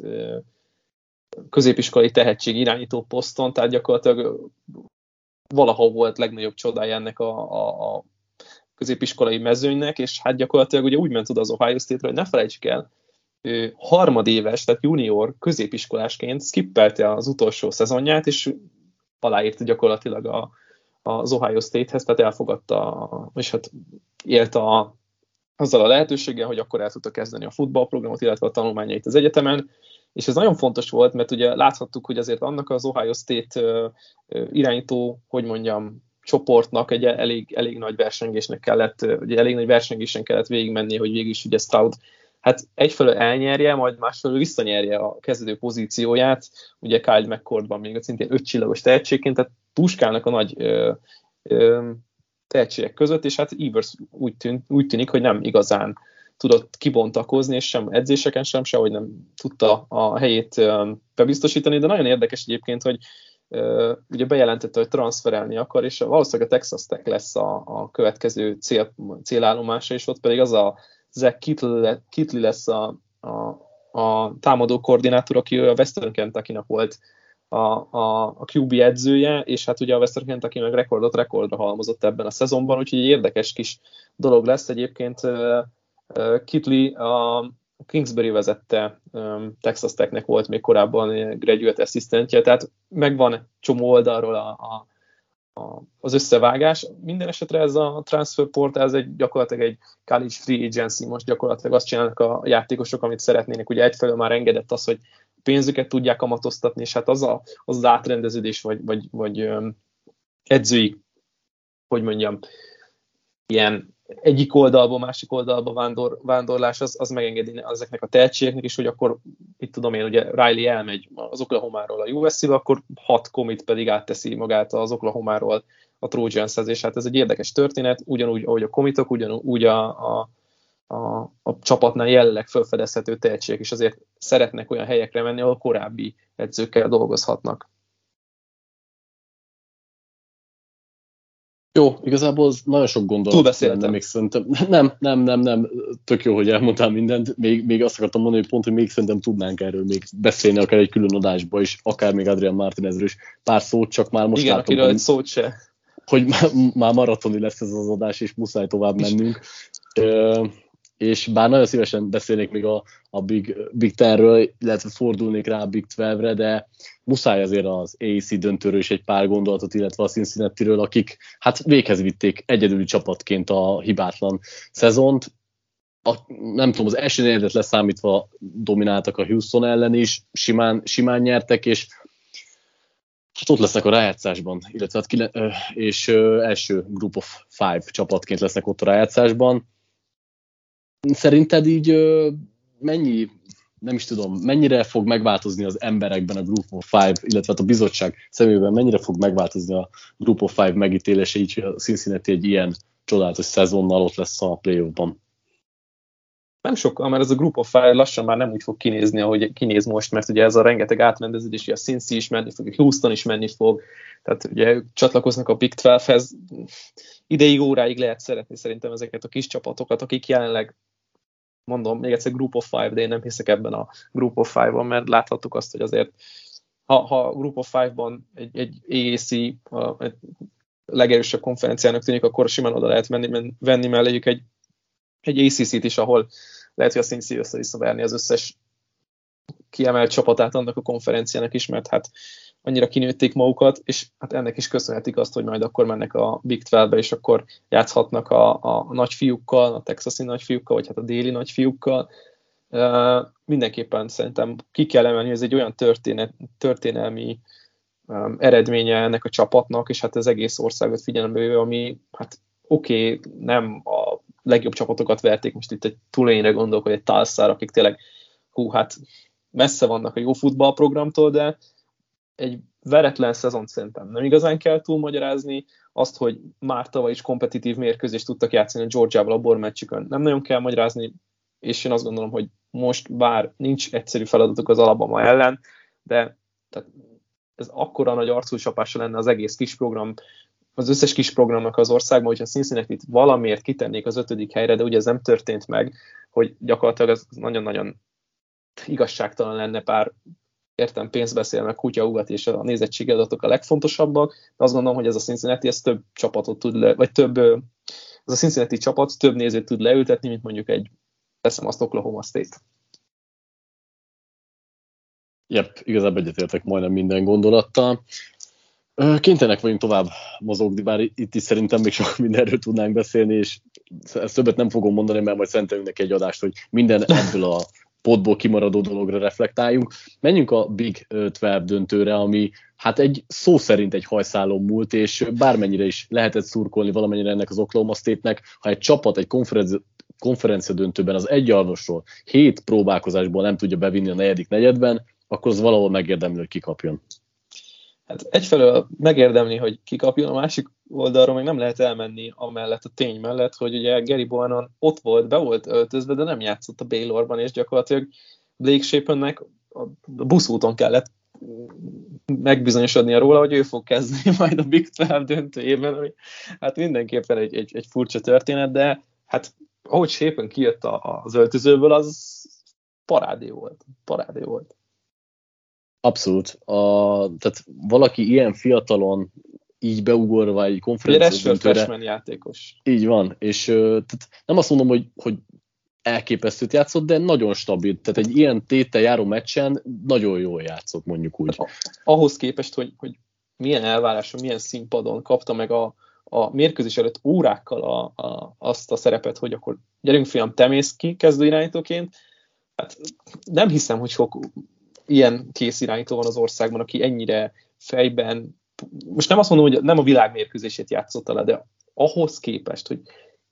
középiskolai tehetség irányító poszton, tehát gyakorlatilag valaha volt legnagyobb csodája ennek a, a, a középiskolai mezőnynek, és hát gyakorlatilag ugye úgy ment oda az Ohio State-ről, hogy ne felejtsük el, ő harmadéves, tehát junior középiskolásként skippelte az utolsó szezonját, és aláírt gyakorlatilag a, az Ohio State-hez, tehát elfogadta, és hát élt a, azzal a lehetőséggel, hogy akkor el tudta kezdeni a futballprogramot, illetve a tanulmányait az egyetemen, és ez nagyon fontos volt, mert ugye láthattuk, hogy azért annak az Ohio State irányító, hogy mondjam, csoportnak egy elég, elég nagy versengésnek kellett, ugye elég nagy versengésen kellett végigmenni, hogy végig is ugye Stroud hát egyfelől elnyerje, majd másfelől visszanyerje a kezdő pozícióját, ugye Kyle McCordban még szintén öt csillagos tehetségként, tehát puskálnak a nagy ö, ö, tehetségek között, és hát Evers úgy, tűnt, úgy tűnik, hogy nem igazán tudott kibontakozni, és sem edzéseken sem, sehogy nem tudta a helyét ö, bebiztosítani, de nagyon érdekes egyébként, hogy ö, ugye bejelentette, hogy transferelni akar, és valószínűleg a Texas Tech lesz a, a következő cél, célállomása, és ott pedig az a Zach Kittley lesz a, a, a támadó koordinátor, aki a Western Kentucky-nak volt a, a, a kú bé edzője, és hát ugye a Western Kentucky meg rekordot rekordra halmozott ebben a szezonban, úgyhogy egy érdekes kis dolog lesz. Egyébként uh, uh, Kittley a Kingsbury vezette um, Texas Technek volt még korábban graduate assistantje, tehát megvan csomó oldalról a, a az összevágás. Minden esetre ez a transfer portál, ez egy gyakorlatilag egy college free agency, most gyakorlatilag azt csinálnak a játékosok, amit szeretnének. Ugye egyfelől már engedett az, hogy pénzüket tudják kamatoztatni, és hát az a, az, az átrendeződés, vagy, vagy, vagy um, edzői, hogy mondjam, ilyen egyik oldalból, másik oldalba vándor, vándorlás, az, az megengedi ezeknek a tehetségeknek is, hogy akkor, itt tudom én, ugye Riley elmegy az Oklahomáról a U S C-be, akkor hat commit pedig átteszi magát az Oklahomáról a Trojanshez, és hát ez egy érdekes történet, ugyanúgy, ahogy a commitok, ugyanúgy a, a, a, a csapatnál jelenleg felfedezhető tehetségek is azért szeretnek olyan helyekre menni, ahol korábbi edzőkkel dolgozhatnak. Jó, igazából az nagyon sok gondolat lenne még szerintem. Nem, nem, nem, nem, tök jó, hogy elmondtál mindent. Még, még azt akartam mondani, hogy pont, hogy még szerintem tudnánk erről még beszélni, akár egy külön adásba is, akár még Adrian Martinezről is pár szót, csak már most igen, látom, akiről egy szót se. Hogy már maratoni lesz ez az adás, és muszáj tovább mennünk. Ö, és bár nagyon szívesen beszélnék még a, a Big, Big Ten-ről, illetve fordulnék rá a Big tizenre, de muszáj azért az á cé döntőről is egy pár gondolatot, illetve a Cincinnati-ről, akik hát véghez vitték egyedüli csapatként a hibátlan szezont. A, nem tudom, az első negyedet leszámítva domináltak a Houston ellen is, simán, simán nyertek, és hát ott lesznek a rájátszásban, illetve hát kile- és első Group of Five csapatként lesznek ott a rájátszásban. Szerinted így mennyi, nem is tudom, mennyire fog megváltozni az emberekben a Group of Five, illetve hát a bizottság szemében mennyire fog megváltozni a Group of Five megítélése, így a Cincinnati egy ilyen csodálatos szezonnal ott lesz a playoffban? Nem sokkal, mert ez a Group of Five lassan már nem úgy fog kinézni, ahogy kinéz most, mert ugye ez a rengeteg átrendeződés, a Cincy is menni fog, a Houston is menni fog, tehát ugye ők csatlakoznak a Big tizenhez. Ideig, óráig lehet szeretni szerintem ezeket a kis csapatokat, akik jelenleg, mondom, még egyszer Group of Five, de én nem hiszek ebben a Group of Five-ban, mert láthattuk azt, hogy azért, ha, ha a Group of Five-ban egy, egy á cé a, egy legerősebb konferenciának tűnik, akkor simán oda lehet venni, venni melléjük egy, egy á cé cét is, ahol lehet, hogy a Cincy össze-vissza verni az összes kiemelt csapatát annak a konferenciának is, mert hát annyira kinőtték magukat, és hát ennek is köszönhetik azt, hogy majd akkor mennek a Big tizenbe, és akkor játszhatnak a, a nagyfiúkkal, a texasi nagyfiúkkal, vagy hát a déli nagyfiúkkal. Uh, mindenképpen szerintem ki kell emelni, hogy ez egy olyan történet, történelmi um, eredménye ennek a csapatnak, és hát az egész országot figyelembe véve, ami hát oké, okay, nem a legjobb csapatokat verték, most itt egy Tulane-re gondolok, vagy egy Tulsa-ra, akik tényleg hú, hát messze vannak a jó futballprogramtól, de egy veretlen szezont szerintem nem igazán kell túlmagyarázni. Azt, hogy már tavaly is kompetitív mérkőzést tudtak játszani a Georgiával a bormeccsükön, nem nagyon kell magyarázni, és én azt gondolom, hogy most bár nincs egyszerű feladatuk az Alabama ellen, de tehát ez akkora nagy arcúcsapása lenne az egész kis program, az összes kis programnak az országban, hogyha Cincinnati-t valamiért kitennék az ötödik helyre, de ugye ez nem történt meg, hogy gyakorlatilag ez nagyon-nagyon igazságtalan lenne, pár értem, pénzt beszél, meg kutyaugat, és a nézettségi adatok a legfontosabbak, de azt gondolom, hogy ez a Cincinnati, ez több csapatot tud le, vagy több, ez a Cincinnati csapat több nézőt tud leültetni, mint mondjuk egy, teszem azt, Oklahoma State. Jep, igazából egyetértek majdnem minden gondolattal. Kénytelenek vagyunk tovább mozogni, bár itt is szerintem még sok mindenről tudnánk beszélni, és ezt többet nem fogom mondani, mert majd szentelünk neki egy adást, hogy minden ebből a potból kimaradó dologra reflektáljunk. Menjünk a Big tizenegy döntőre, ami hát egy szó szerint egy hajszálon múlt, és bármennyire is lehetett szurkolni valamennyire ennek az Oklahoma State-nek, ha egy csapat egy konferencia, konferencia döntőben az egyalvasról hét próbálkozásból nem tudja bevinni a negyedik negyedben, akkor az valahol megérdemli, hogy kikapjon. Hát egyfelől megérdemli, hogy kikapjon, a másik oldalról meg nem lehet elmenni amellett a tény mellett, hogy ugye Gary Bohannon ott volt, be volt öltözve, de nem játszott a Baylorban, és gyakorlatilag Blake Shapennek a buszúton kellett megbizonyosodnia róla, hogy ő fog kezdeni majd a Big tizenegy döntőjében, ami hát mindenképpen egy, egy, egy furcsa történet, de hát ahogy Shapen kijött a, az öltözőből, az parádé volt. Parádé volt. Abszolút. A, tehát valaki ilyen fiatalon így beugorva egy konferencia döntőre. Freshman játékos. Így van, és tehát nem azt mondom, hogy, hogy elképesztőt játszott, de nagyon stabil. Tehát egy ilyen téttel járó meccsen nagyon jól játszott, mondjuk úgy. Ahhoz képest, hogy, hogy milyen elváráson, milyen színpadon kapta meg a, a mérkőzés előtt órákkal a, a, azt a szerepet, hogy akkor gyerünk fiam, te mész ki kezdőirányítóként. Hát nem hiszem, hogy sok ilyen kész irányító van az országban, aki ennyire fejben, most nem azt mondom, hogy nem a világ mérkőzését játszotta le, de ahhoz képest, hogy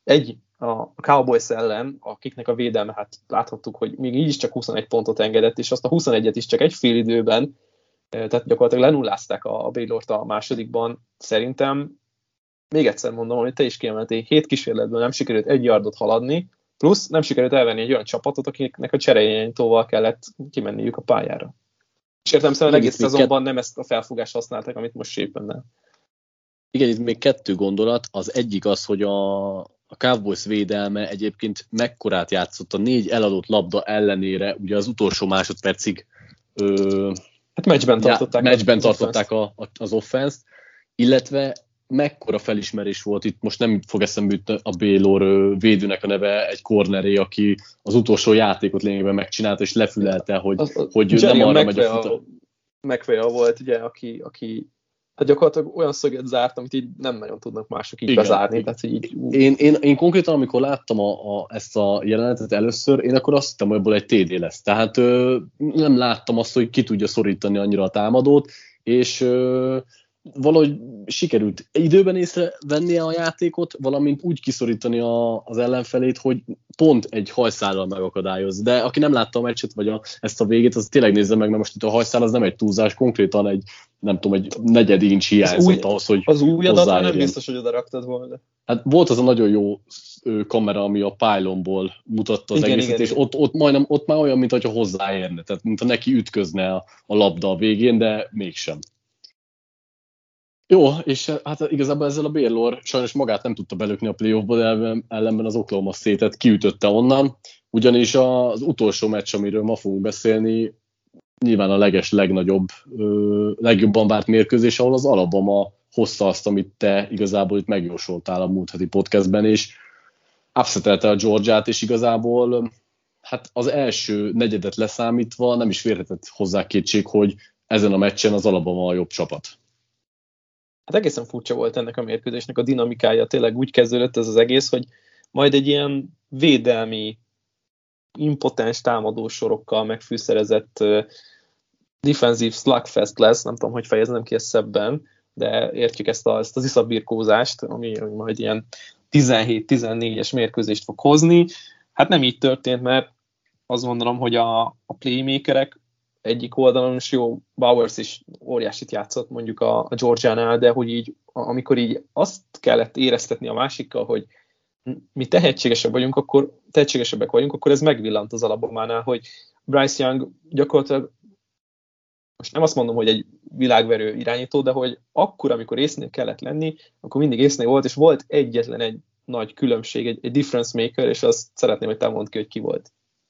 egy a Cowboys ellen, akiknek a védelme, hát láthattuk, hogy még így is csak huszonegy pontot engedett, és azt a huszonegyet is csak egy fél időben, tehát gyakorlatilag lenullázták a Baylort a másodikban. Szerintem, még egyszer mondom, hogy te is kiemeltél, hét kísérletből nem sikerült egy yardot haladni, plusz nem sikerült elvenni egy olyan csapatot, akiknek a csereirányítóval kellett kimenniük a pályára. És értem szerint egész szezonban kett... nem ezt a felfogást használták, amit most Shapennel. Igen, itt még kettő gondolat. Az egyik az, hogy a, a Cowboys védelme egyébként mekkorát játszott a négy eladott labda ellenére, ugye az utolsó másodpercig ö, hát meccsben tartották, já, meccsben az, tartották a, a, az offense-t, illetve mekkora felismerés volt, itt most nem fog eszembe jutni a Baylor védőnek a neve, egy corneré, aki az utolsó játékot lényegében megcsinálta, és lefülelte, hogy, az, az, hogy nem arra megy a futam. McVay volt, ugye, aki, aki hát gyakorlatilag olyan szöget zárt, amit így nem nagyon tudnak mások így igen, bezárni. Igen. Tehát így, én, én, én konkrétan, amikor láttam a, a, ezt a jelenetet először, én akkor azt hittem, hogy ebből egy té dé lesz. Tehát ö, nem láttam azt, hogy ki tudja szorítani annyira a támadót, és ö, valahogy sikerült időben észrevennie a játékot, valamint úgy kiszorítani a, az ellenfelét, hogy pont egy hajszállal megakadályoz. De aki nem látta a meccset, vagy a, ezt a végét, az tényleg nézze meg, mert most itt a hajszál az nem egy túlzás, konkrétan egy, nem tudom, egy negyed inch hiányzott ahhoz, hogy az új adat nem biztos, hogy oda raktad volna. Hát volt az a nagyon jó kamera, ami a pylonból mutatta az igen, egészet, igen, és igen. Ott, ott majdnem, ott már olyan, mintha hozzáérne, tehát mintha neki ütközne a, a labda a végén, de mégsem. Jó, és hát igazából ezzel a Baylor sajnos magát nem tudta belökni a playoffba, de ellenben az Oklahoma State-et kiütötte onnan, ugyanis az utolsó meccs, amiről ma fogunk beszélni, nyilván a leges, legnagyobb, legjobban várt mérkőzés, ahol az Alabama hozta azt, amit te igazából itt megjósoltál a múlt heti podcastben, és upsetelte a Georgiát, és igazából hát az első negyedet leszámítva nem is férhetett hozzá kétség, hogy ezen a meccsen az Alabama a jobb csapat. Hát egészen furcsa volt ennek a mérkőzésnek a dinamikája, tényleg úgy kezdődött ez az egész, hogy majd egy ilyen védelmi, impotens támadósorokkal megfűszerezett uh, defensive slugfest lesz, nem tudom, hogy fejeznem ki ezt szebben, de értjük ezt, a, ezt az iszabirkózást, ami, ami majd ilyen tizenhét tizennégyes mérkőzést fog hozni. Hát nem így történt, mert azt gondolom, hogy a, a playmakerek egyik oldalon is jó, Bowers is óriásit játszott mondjuk a, a Georgiánál, de hogy így, amikor így azt kellett éreztetni a másikkal, hogy mi tehetségesebb vagyunk, akkor tehetségesebbek vagyunk, akkor ez megvillant az Alabamánál, hogy Bryce Young gyakorlatilag, most nem azt mondom, hogy egy világverő irányító, de hogy akkor, amikor észnél kellett lenni, akkor mindig észnél volt, és volt egyetlen egy nagy különbség, egy, egy difference maker, és azt szeretném, hogy te mondd ki, hogy ki volt.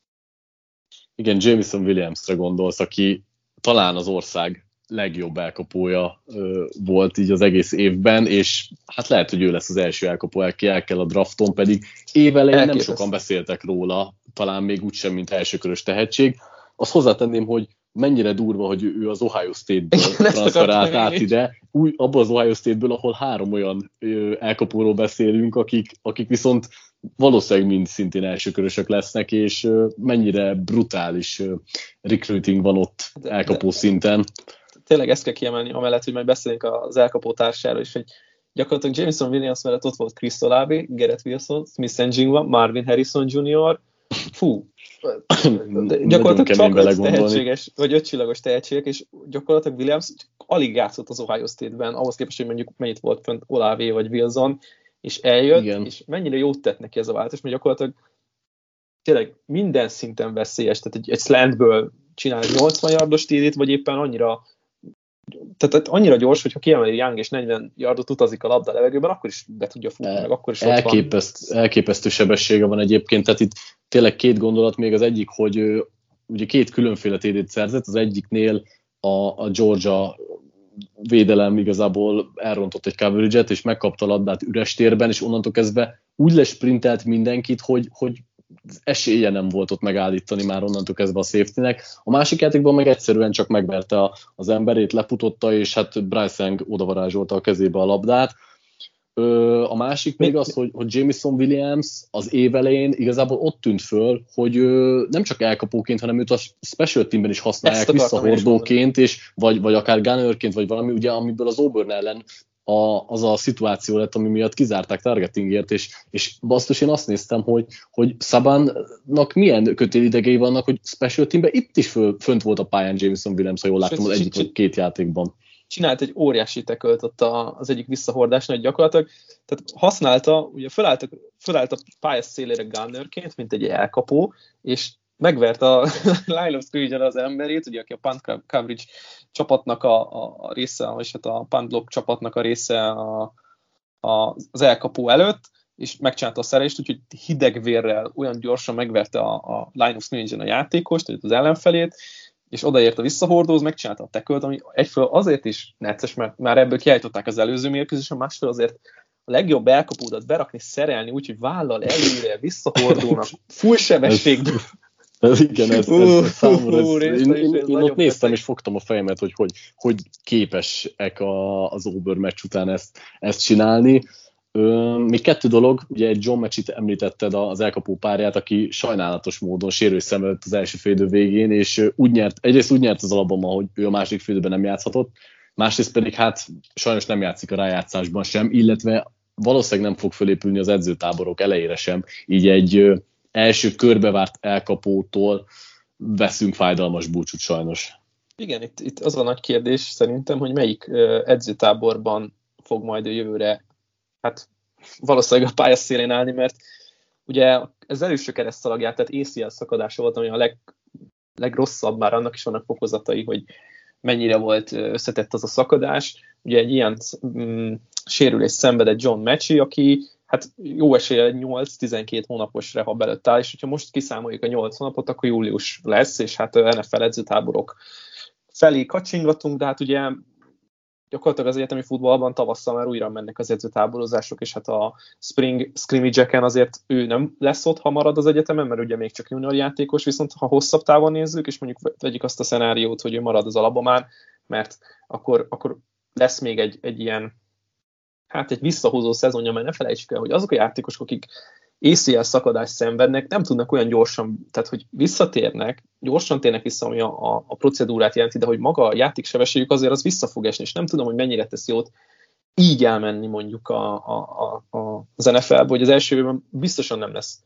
Igen, Jameson Williamsre gondolsz, aki talán az ország legjobb elkapója ö, volt így az egész évben, és hát lehet, hogy ő lesz az első elkapó, aki el kell a drafton, pedig évelején nem sokan beszéltek róla, talán még úgysem, mint elsőkörös tehetség. Azt hozzátenném, hogy mennyire durva, hogy ő az Ohio State-ből transferált át ide, új, abban az Ohio State-ből, ahol három olyan ö, elkapóról beszélünk, akik, akik viszont valószínűleg mind szintén elsőkörösök lesznek, és ö, mennyire brutális ö, recruiting van ott elkapó szinten. Tényleg ezt kell kiemelni, amellett, hogy majd beszélünk az elkapó társáról is, hogy gyakorlatilag Jameson Williams mellett ott volt Chris Olave, Garrett Wilson, Smith Njigba, Marvin Harrison junior Fú, gyakorlatilag csak öt tehetséges, vagy ötcsillagos tehetségek, és gyakorlatilag Williams alig játszott az Ohio State-ben, ahhoz képest, hogy mondjuk mennyit volt fönt Olave vagy Wilson, és eljött, igen. És mennyire jót tett neki ez a változás, mert gyakorlatilag tényleg minden szinten veszélyes, tehát egy, egy slantből csinál egy nyolcvan yardos té dét, vagy éppen annyira tehát annyira gyors, hogyha kiemeli Young és negyven yardot utazik a labda a levegőben, akkor is be tudja futni, meg akkor is Elképeszt, ott van. Elképesztő sebessége van egyébként, tehát itt tényleg két gondolat még, az egyik, hogy ő, ugye két különféle té dét szerzett, az egyiknél a, a Georgia védelem igazából elrontott egy coverage-et, és megkapta a labdát üres térben, és onnantól kezdve úgy lesprintelt mindenkit, hogy, hogy esélye nem volt ott megállítani már onnantól kezdve a safety-nek. A másik játékban meg egyszerűen csak megverte az emberét, lefutotta, és hát Bryce Young odavarázsolta a kezébe a labdát. A másik még az, hogy, hogy Jameson Williams az év elején igazából ott tűnt föl, hogy nem csak elkapóként, hanem őt a special teamben is használják visszahordóként, és vagy, vagy akár gunnerként, vagy valami, ugye, amiből az Auburn ellen a, az a szituáció lett, ami miatt kizárták targetingért, és, és basszus, én azt néztem, hogy, hogy Szabánnak milyen kötélidegei vannak, hogy special teamben itt is föl, fönt volt a pályán Jameson Williams, ha jól láttam, az egyik vagy két játékban. Csinált egy óriási tekölt ott az egyik visszahordásnál, hogy gyakorlatilag tehát használta, ugye fölállt, fölállt a pálya szélére gunnerként, mint egy elkapó, és megvert a line of scrimmage az emberét, ugye, aki a punt coverage csapatnak a, a, a része, vagy hát a punt block csapatnak a része a, a, az elkapó előtt, és megcsinálta a szerelést, úgyhogy hideg vérrel olyan gyorsan megverte a, a line of scrimmage-en a játékost, tehát az ellenfelét, és odaért a visszahordóhoz, megcsinálta a tekölt, ami egyfelől azért is necces, mert már ebből kiállították az előző mérkőzésen, másfelől azért a legjobb elkapódat berakni, szerelni, úgyhogy vállal előre, visszahordónak, full sebességben. Ez, igen, ez, ez, ez számomra, ez, ez, én, én, én ott néztem, és fogtam a fejemet, hogy hogy, hogy képesek a, az Auburn meccs után ezt, ezt csinálni. Ö, még kettő dolog, ugye egy John Metchit említetted az elkapó párját, aki sajnálatos módon sérülés szenvedett az első félidő végén, és úgy nyert, egyrészt úgy nyert az Alabama, hogy ő a második félidőben nem játszhatott, másrészt pedig hát sajnos nem játszik a rájátszásban sem, illetve valószínűleg nem fog fölépülni az edzőtáborok elejére sem, így egy első körbevárt elkapótól veszünk fájdalmas búcsút sajnos. Igen, itt, itt az a nagy kérdés szerintem, hogy melyik edzőtáborban fog majd a jövőre hát valószínűleg a pályaszélén állni, mert ugye ez előső keresztszalagját, tehát á cé el szakadása volt, ami a leg, legrosszabb, már annak is vannak fokozatai, hogy mennyire volt összetett az a szakadás. Ugye egy ilyen mm, sérülés szenvedett John Metchie, aki hát jó eséllyel egy nyolc-tizenkét hónapos rehab előtt áll, és hogyha most kiszámoljuk a nyolc hónapot, akkor július lesz, és hát en ef el edzőtáborok felé kacsingatunk, de hát ugye gyakorlatilag az egyetemi futballban tavasszal már újra mennek az edzőtáborozások, és hát a spring scrimmage-eken azért ő nem lesz ott, ha marad az egyetemen, mert ugye még csak junior játékos, viszont ha hosszabb távon nézzük, és mondjuk vegyük azt a szenáriót, hogy ő marad az Alabamán, mert akkor, akkor lesz még egy, egy ilyen, hát egy visszahozó szezonja, mert ne felejtsük el, hogy azok a játékosok, akik á cé el szakadást szenvednek, nem tudnak olyan gyorsan, tehát hogy visszatérnek, gyorsan térnek vissza, ami a, a, a procedúrát jelenti, de hogy maga a játéksebességük azért az vissza fog esni, és nem tudom, hogy mennyire tesz jót így elmenni mondjuk a, a, a, a, az en ef el-be, hogy az első évben biztosan nem lesz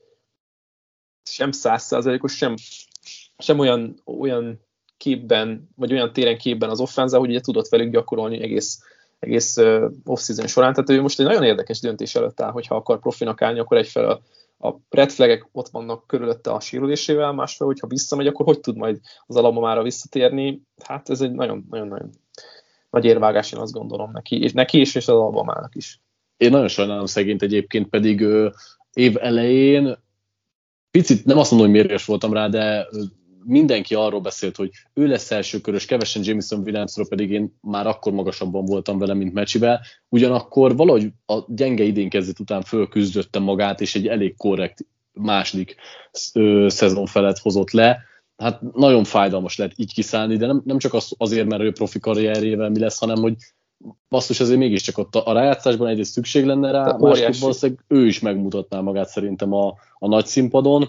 sem száz százalékos, sem, sem olyan, olyan képben, vagy olyan téren képben az offenza, hogy ugye tudott velük gyakorolni egész egész uh, off-season során, tehát ő most egy nagyon érdekes döntés előtt áll, hogyha akar profinak állni, akkor egyfelől a red flagek ott vannak körülötte a sérülésével, másfelől, hogyha visszamegy, akkor hogy tud majd az Alabamára visszatérni? Hát ez egy nagyon-nagyon nagy érvágás, én azt gondolom neki, és neki is, és az Alabamának is. Én nagyon sajnálom szegényt egyébként, pedig ö, év elején picit, nem azt mondom, hogy mérges voltam rá, de mindenki arról beszélt, hogy ő lesz elsőkörös, kevesen Jameson Williamsról, pedig én már akkor magasabban voltam vele, mint Metchivel. Ugyanakkor valahogy a gyenge idénkezdet után fölküzdötte magát, és egy elég korrekt második ö, szezon felett hozott le. Hát nagyon fájdalmas lett így kiszállni, de nem, nem csak az, azért, mert ő profi karrierjével mi lesz, hanem hogy basszus, azért mégiscsak ott a, a rájátszásban egyrészt szükség lenne rá, másképp valószínűleg ő is megmutatná magát szerintem a, a nagy színpadon.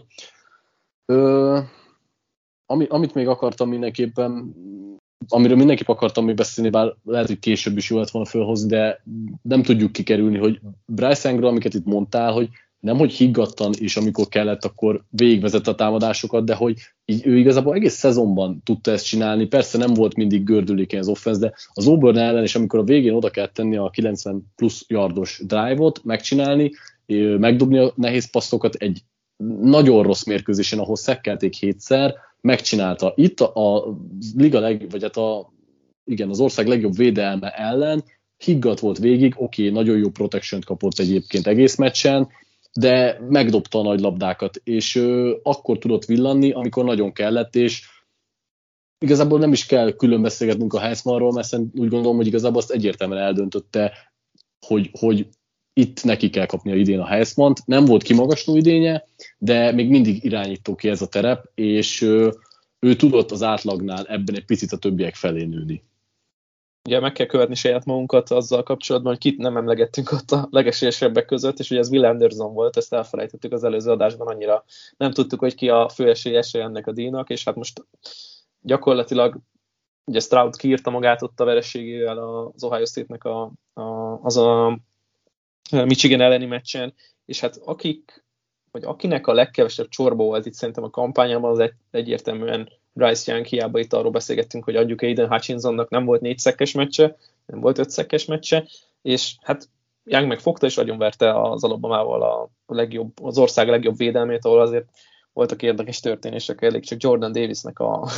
Ö, Ami, amit még akartam mindenképpen, amiről mindenképp akartam még beszélni, bár lehet, hogy később is jó lett volna fölhozni, de nem tudjuk kikerülni, hogy Bryce Youngról, amiket itt mondtál, hogy nem, hogy higgadtan, és amikor kellett, akkor végigvezette a támadásokat, de hogy így ő igazából egész szezonban tudta ezt csinálni. Persze nem volt mindig gördülékeny az offense, de az Auburn ellen, és amikor a végén oda kellett tenni a kilencven plusz yardos drive-ot, megcsinálni, megdobni a nehéz passzokat egy nagyon rossz mérkőzésen, ahol szekkelték hétszer, megcsinálta. Itt a, a liga leg, vagy hát a, igen, az ország legjobb védelme ellen higgadt volt végig, oké, okay, nagyon jó protection kapott egyébként egész meccsen, de megdobta a nagy labdákat, és ö, akkor tudott villanni, amikor nagyon kellett, és igazából nem is kell külön beszélgetnünk a Heismanról, mert úgy gondolom, hogy igazából azt egyértelműen eldöntötte, hogy, hogy itt neki kell kapnia idén a Heismant. Nem volt kimagasló idénye, de még mindig irányító ki ez a terep, és ő, ő tudott az átlagnál ebben egy picit a többiek felé nőni. Ugye meg kell követni saját magunkat azzal kapcsolatban, hogy kit nem emlegettünk ott a legesélyesebbek között, és ugye ez Will Anderson volt, ezt elfelejtettük az előző adásban, annyira nem tudtuk, hogy ki a főesélyese ennek a díjnak, és hát most gyakorlatilag ugye Stroud kiírta magát ott a vereségével az Ohio State-nek a, az a Michigan elleni meccsen, és hát akik, vagy akinek a legkevesebb csorba volt itt szerintem a kampányában, az egy, egyértelműen Bryce Young, hiába itt arról beszélgettünk, hogy adjuk Aiden Hutchinsonnak, nem volt négy szekkes meccse, nem volt öt szekkes meccse, és hát Young megfogta és agyonverte az Alabamával a legjobb, az ország legjobb védelmét, ahol azért voltak érdekes történések, elég csak Jordan Davisnek a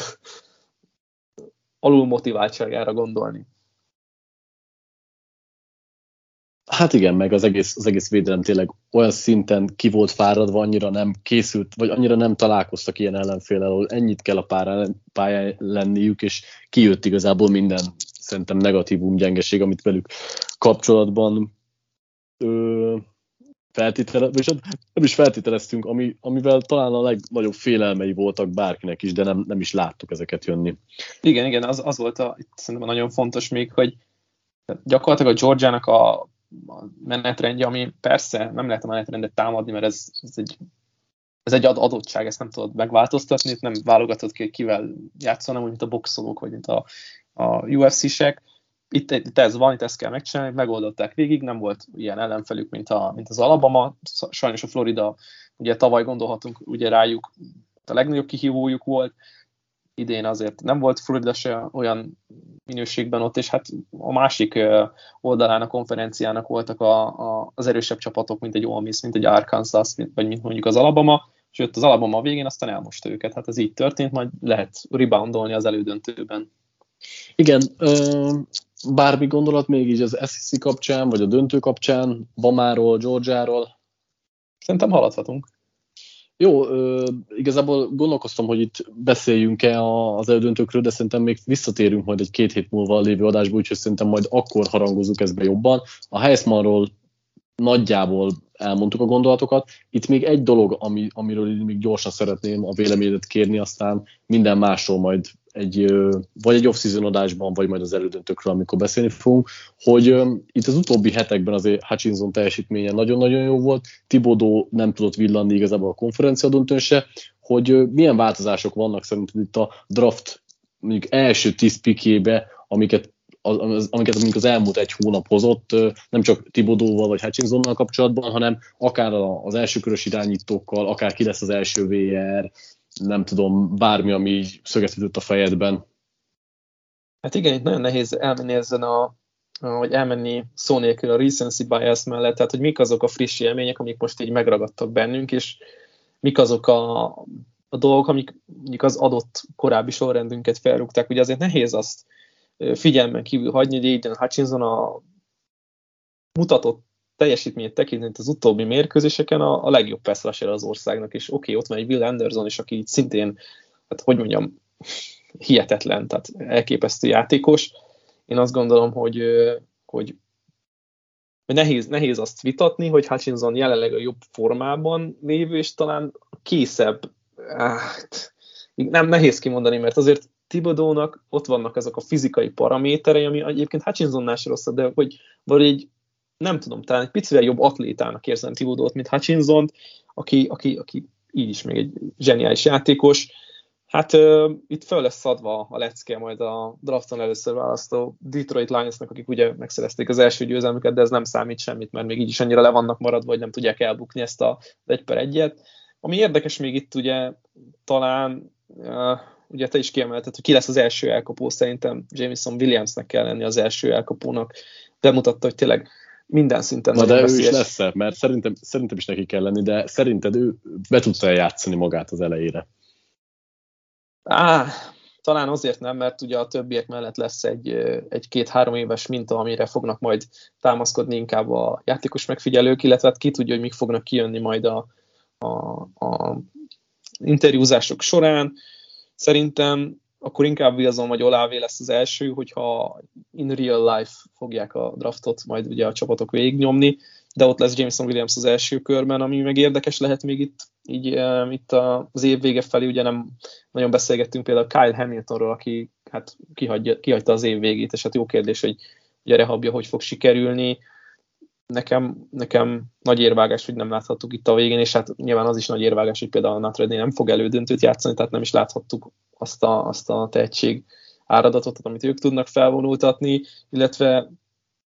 alulmotiváltságára gondolni. Hát igen, meg az egész, az egész védelem tényleg olyan szinten ki volt fáradva, annyira nem készült, vagy annyira nem találkoztak ilyen ellenféllel, ahol ennyit kell a pályán, pályán lenniük, és kijött igazából minden szerintem negatívum, gyengeség, amit velük kapcsolatban ö, feltétele, és nem is feltételeztünk, ami, amivel talán a legnagyobb félelmei voltak bárkinek is, de nem, nem is láttuk ezeket jönni. Igen, igen, az, az volt a, itt szerintem nagyon fontos még, hogy gyakorlatilag a Georgiának a a menetrendje, ami persze nem lehet a menetrendet támadni, mert ez, ez, egy, ez egy adottság, ezt nem tudod megváltoztatni, nem válogatod ki, hogy kivel játszol, nem úgy, mint a boxolók, vagy mint a, a U F C-sek. Itt, itt ez van, itt ezt kell megcsinálni, megoldották végig, nem volt ilyen ellenfelük, mint, a, mint az Alabama, sajnos a Florida, ugye tavaly gondolhatunk ugye rájuk, a legnagyobb kihívójuk volt, idén azért nem volt Florida se olyan minőségben ott, és hát a másik oldalán a konferenciának voltak a, a, az erősebb csapatok, mint egy Ole Miss, mint egy Arkansas, vagy mint mondjuk az Alabama, és jött az Alabama a végén, aztán elmosta őket. Hát ez így történt, majd lehet reboundolni az elődöntőben. Igen, bármi gondolat még így az es e cé kapcsán, vagy a döntő kapcsán, Bamáról, Georgiáról? Szerintem haladhatunk. Jó, ö, igazából gondolkoztam, hogy itt beszéljünk-e az elődöntőkről, de szerintem még visszatérünk majd egy két hét múlva a lévő adásba, úgyhogy szerintem majd akkor harangozzuk ezt be jobban. A Heismanról nagyjából elmondtuk a gondolatokat. Itt még egy dolog, ami, amiről még gyorsan szeretném a véleményedet kérni, aztán minden másról majd egy, vagy egy off-season adásban, vagy majd az elődöntőkről, amikor beszélni fogunk, hogy itt az utóbbi hetekben azért Hutchinson teljesítménye nagyon-nagyon jó volt, Thibodeau nem tudott villanni igazából a konferencia döntőn se, hogy milyen változások vannak szerinted itt a draft mondjuk első tíz pikjébe, amiket Az, amiket mondjuk az elmúlt egy hónap hozott, nem csak Thibodeauval vagy Hutchinsonnal kapcsolatban, hanem akár az elsőkörös irányítókkal, akár ki lesz az első vé er, nem tudom, bármi, ami így szöget ütött a fejedben. Hát igen, itt nagyon nehéz elmenni ezen a, vagy elmenni szó nélkül a recency bias mellett, tehát hogy mik azok a friss élmények, amik most így megragadtak bennünk, és mik azok a, a dolgok, amik mondjuk az adott korábbi sorrendünket felrúgták. Ugye azért nehéz azt figyelmen kívül hagyni, hogy Aiden Hutchinson a mutatott teljesítményét tekintett az utóbbi mérkőzéseken a, a legjobb pass rusher az országnak, és oké, okay, ott van egy Will Anderson is, aki szintén, hát hogy mondjam, hihetetlen, tehát elképesztő játékos. Én azt gondolom, hogy, hogy nehéz, nehéz azt vitatni, hogy Hutchinson jelenleg a jobb formában lévő, és talán készebb. Hát, nem nehéz kimondani, mert azért Thibodeaunak ott vannak ezek a fizikai paraméterei, ami egyébként Hutchinsonnál sem rosszabb, de hogy vagy nem tudom, talán egy picivel jobb atlétának érzem Thibodeaut, mint Hutchinsont, aki, aki, aki így is még egy zseniális játékos. Hát uh, itt föl lesz szadva a lecke majd a drafton először választó Detroit Lionsnak, akik ugye megszerezték az első győzelmüket, de ez nem számít semmit, mert még így is annyira le vannak maradva, hogy nem tudják elbukni ezt a egy per egyet. Ami érdekes még itt ugye talán... Uh, ugye te is kiemelted, hogy ki lesz az első elkapó, szerintem Jameson Williamsnek kell lenni az első elkapónak, bemutatta, hogy tényleg minden szinten Na de ő is lesz, mert szerintem, szerintem is neki kell lenni, de szerinted ő be tudta játszani magát az elejére? Á, talán azért nem, mert ugye a többiek mellett lesz egy, egy két-három éves minta, amire fognak majd támaszkodni inkább a játékos megfigyelők, illetve hát ki tudja, hogy mik fognak kijönni majd a, a, a interjúzások során. Szerintem akkor inkább Wilson vagy Olave lesz az első, hogyha in real life fogják a draftot majd ugye a csapatok végignyomni, de ott lesz Jameson Williams az első körben, ami meg érdekes lehet még itt, így um, itt az év vége felé, ugye nem nagyon beszélgettünk például Kyle Hamiltonról, aki hát kihagyja, kihagyta az év végét, és hát jó kérdés, hogy ugye rehabja hogy fog sikerülni. Nekem, nekem nagy érvágás, hogy nem láthattuk itt a végén, és hát nyilván az is nagy érvágás, hogy például a Notre Dame nem fog elődöntőt játszani, tehát nem is láthattuk azt a, azt a tehetség áradatot, amit ők tudnak felvonultatni, illetve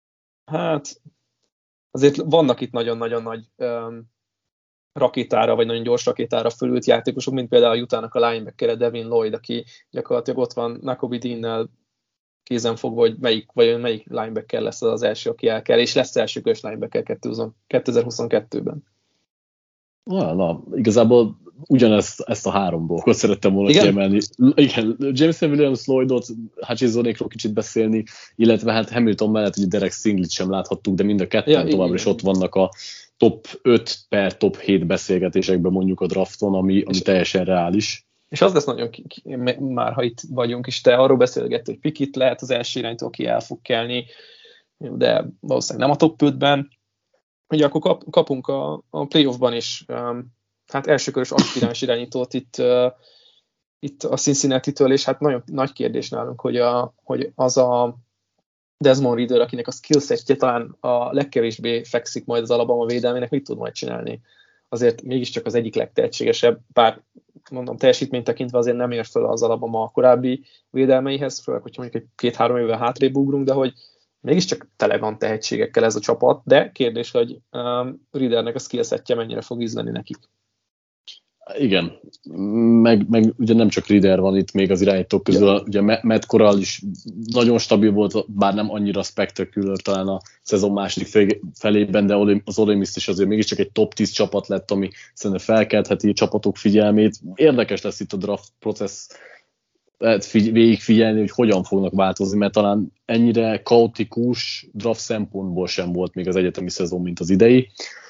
Hát azért vannak itt nagyon-nagyon nagy um, rakétára, vagy nagyon gyors rakétára fölült játékosok, mint például a Utahnak a linebacker Devin Lloyd, aki gyakorlatilag ott van Nakobe Dean-nel kézen fogva, hogy melyik, vagy melyik linebacker lesz az, az első, aki el kell, és lesz első körös linebacker kétezer-huszonkettőben. Na, na, igazából ugyanezt ezt a három dolgot szerettem volna Igen? kiemelni. Igen, Jameson Williams, Lloydot, Hutchinsonékról kicsit beszélni, illetve hát Hamilton mellett ugye Derek Stinglit sem láthattuk, de mind a ketten ja, továbbra is ott vannak a top öt per top hét beszélgetésekben mondjuk a drafton, ami, ami teljesen reális. És az lesz nagyon, már ha itt vagyunk, és te arról beszélgettél, hogy Pickett lehet az első iránytól, aki el fog kelni, de valószínűleg nem a top ötben. Ugye akkor kap, kapunk a, a playoffban is um, hát elsőkörös aspiráns irányítót itt, uh, itt a Cincinnati-től, és hát nagyon nagy kérdés nálunk, hogy, a, hogy az a Desmond Ridder, akinek a skillsetje talán a legkevésbé fekszik majd az Alabama védelmének, mit tud majd csinálni? Azért mégiscsak az egyik legtehetségesebb, bár mondom, teljesítményt tekintve azért nem ér fel az Alabama a korábbi védelmeihez, főleg, hogyha mondjuk egy két-három évvel hátrébb ugrunk, de hogy mégiscsak tele van tehetségekkel ez a csapat, de kérdés, hogy um, Riddernek a skillsetje mennyire fog ízleni nekik. Igen, meg, meg ugye nem csak Ridder van itt még az irányítók közül, ja. Ugye Matt Corral is nagyon stabil volt, bár nem annyira spectacular talán a szezon második felében, de az Ole Miss is azért mégiscsak egy top tíz csapat lett, ami szerintem felkeltheti a csapatok figyelmét. Érdekes lesz itt a draft process végigfigyelni, hogy hogyan fognak változni, mert talán ennyire kaotikus draft szempontból sem volt még az egyetemi szezon, mint az idei.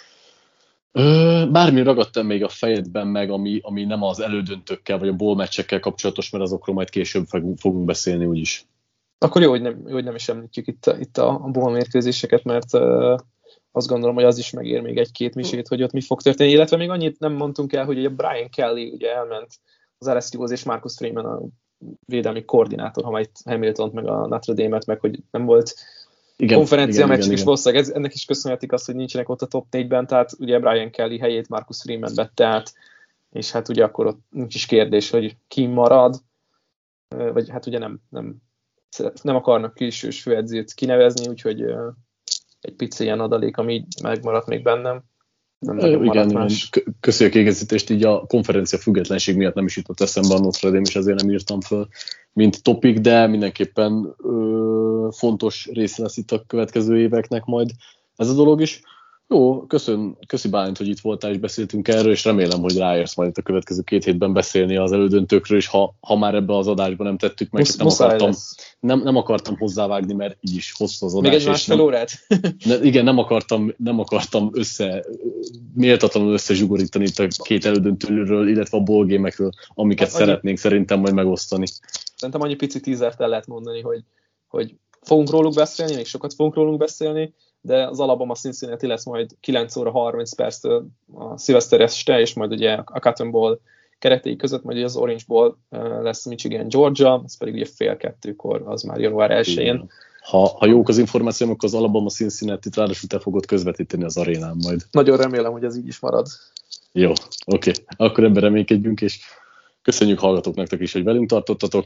Bármi ragadtam még a fejedben meg, ami, ami nem az elődöntőkkel, vagy a bowl meccsekkel kapcsolatos, mert azokról majd később fogunk beszélni úgyis. Akkor jó, hogy nem, jó, hogy nem is említjük itt, itt a, a bowl mérkőzéseket, mert uh, azt gondolom, hogy az is megér még egy-két misét, hogy ott mi fog történni, illetve még annyit nem mondtunk el, hogy ugye Brian Kelly ugye elment az el es u-hoz, és Marcus Freeman a védelmi koordinátor, ha majd Hamiltont meg a Notre Dame-et, meg hogy nem volt igen, konferencia meccsük, és valószínűleg ez, ennek is köszönhetik azt, hogy nincsenek ott a top négyben, tehát ugye Brian Kelly helyét Marcus Freeman vette át, és hát ugye akkor ott nincs is kérdés, hogy ki marad, vagy hát ugye nem, nem, nem akarnak külsős főedzőt kinevezni, úgyhogy egy pici ilyen adalék, ami megmaradt még bennem. Nem Ö, igen, igen. Köszönjük kiegészítést, így a konferencia függetlenség miatt nem is jutott eszembe a Notre Dame, és ezért nem írtam föl, mint topik, de mindenképpen ö, fontos része lesz itt a következő éveknek majd ez a dolog is. Jó, köszön, köszi Bálint, hogy itt voltál, és beszéltünk erről, és remélem, hogy ráérsz majd itt a következő két hétben beszélni az elődöntőkről, és ha, ha már ebbe az adásban nem tettük meg, Musz, nem, akartam, nem, nem akartam hozzávágni, mert így is hosszú az adás. Még egy másfél órát? Ne, igen, nem akartam, nem akartam össze, méltatlanul összezsugorítani itt a két elődöntőről, illetve a ballgame-ekről, amiket hát, szeretnénk annyi, szerintem majd megosztani. Szerintem annyi pici tízert el lehet mondani, hogy, hogy fogunk róluk beszélni, még sokat fogunk róluk beszélni, de az Alabama Cincinnati lesz majd kilenc óra harminc perctől a szilveszter este, és majd ugye a Cotton Bowl keretei között, majd ugye az Orange Bowl lesz Michigan Georgia, ez pedig ugye fél kettőkor, az már január elsején. Ha, ha jók az információk, akkor az Alabama Cincinnati-t ráadásul te fogod közvetíteni az arénán majd. Nagyon remélem, hogy ez így is marad. Jó, oké. Okay. Akkor ebben reménykedjünk, és köszönjük hallgatók nektek is, hogy velünk tartottatok.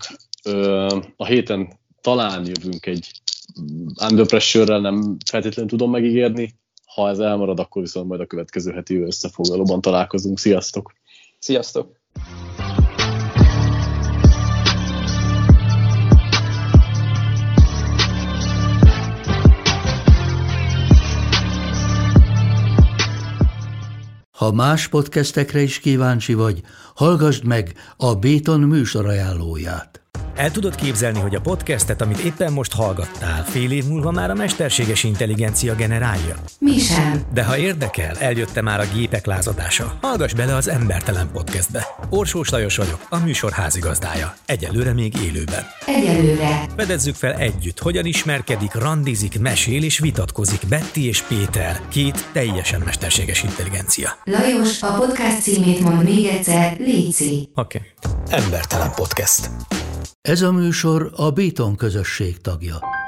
A héten talán jövünk egy Under Pressure-rel, nem feltétlenül tudom megígérni. Ha ez elmarad, akkor viszont majd a következő heti összefoglalóban találkozunk. Sziasztok! Sziasztok! Ha más podcastekre is kíváncsi vagy, hallgassd meg a Béton műsor ajánlóját. El tudod képzelni, hogy a podcastet, amit éppen most hallgattál, fél év múlva már a mesterséges intelligencia generálja? Mi sem. De ha érdekel, eljött már a gépek lázadása. Hallgass bele az Embertelen Podcastbe. Orsós Lajos vagyok, a műsor házigazdája. Egyelőre még élőben. Egyelőre. Fedezzük fel együtt, hogyan ismerkedik, randizik, mesél és vitatkozik Betty és Péter, két teljesen mesterséges intelligencia. Lajos, a podcast címét mond még egyszer, léci. Oké. Okay. Embertelen Podcast. Ez a műsor a Béton közösség tagja.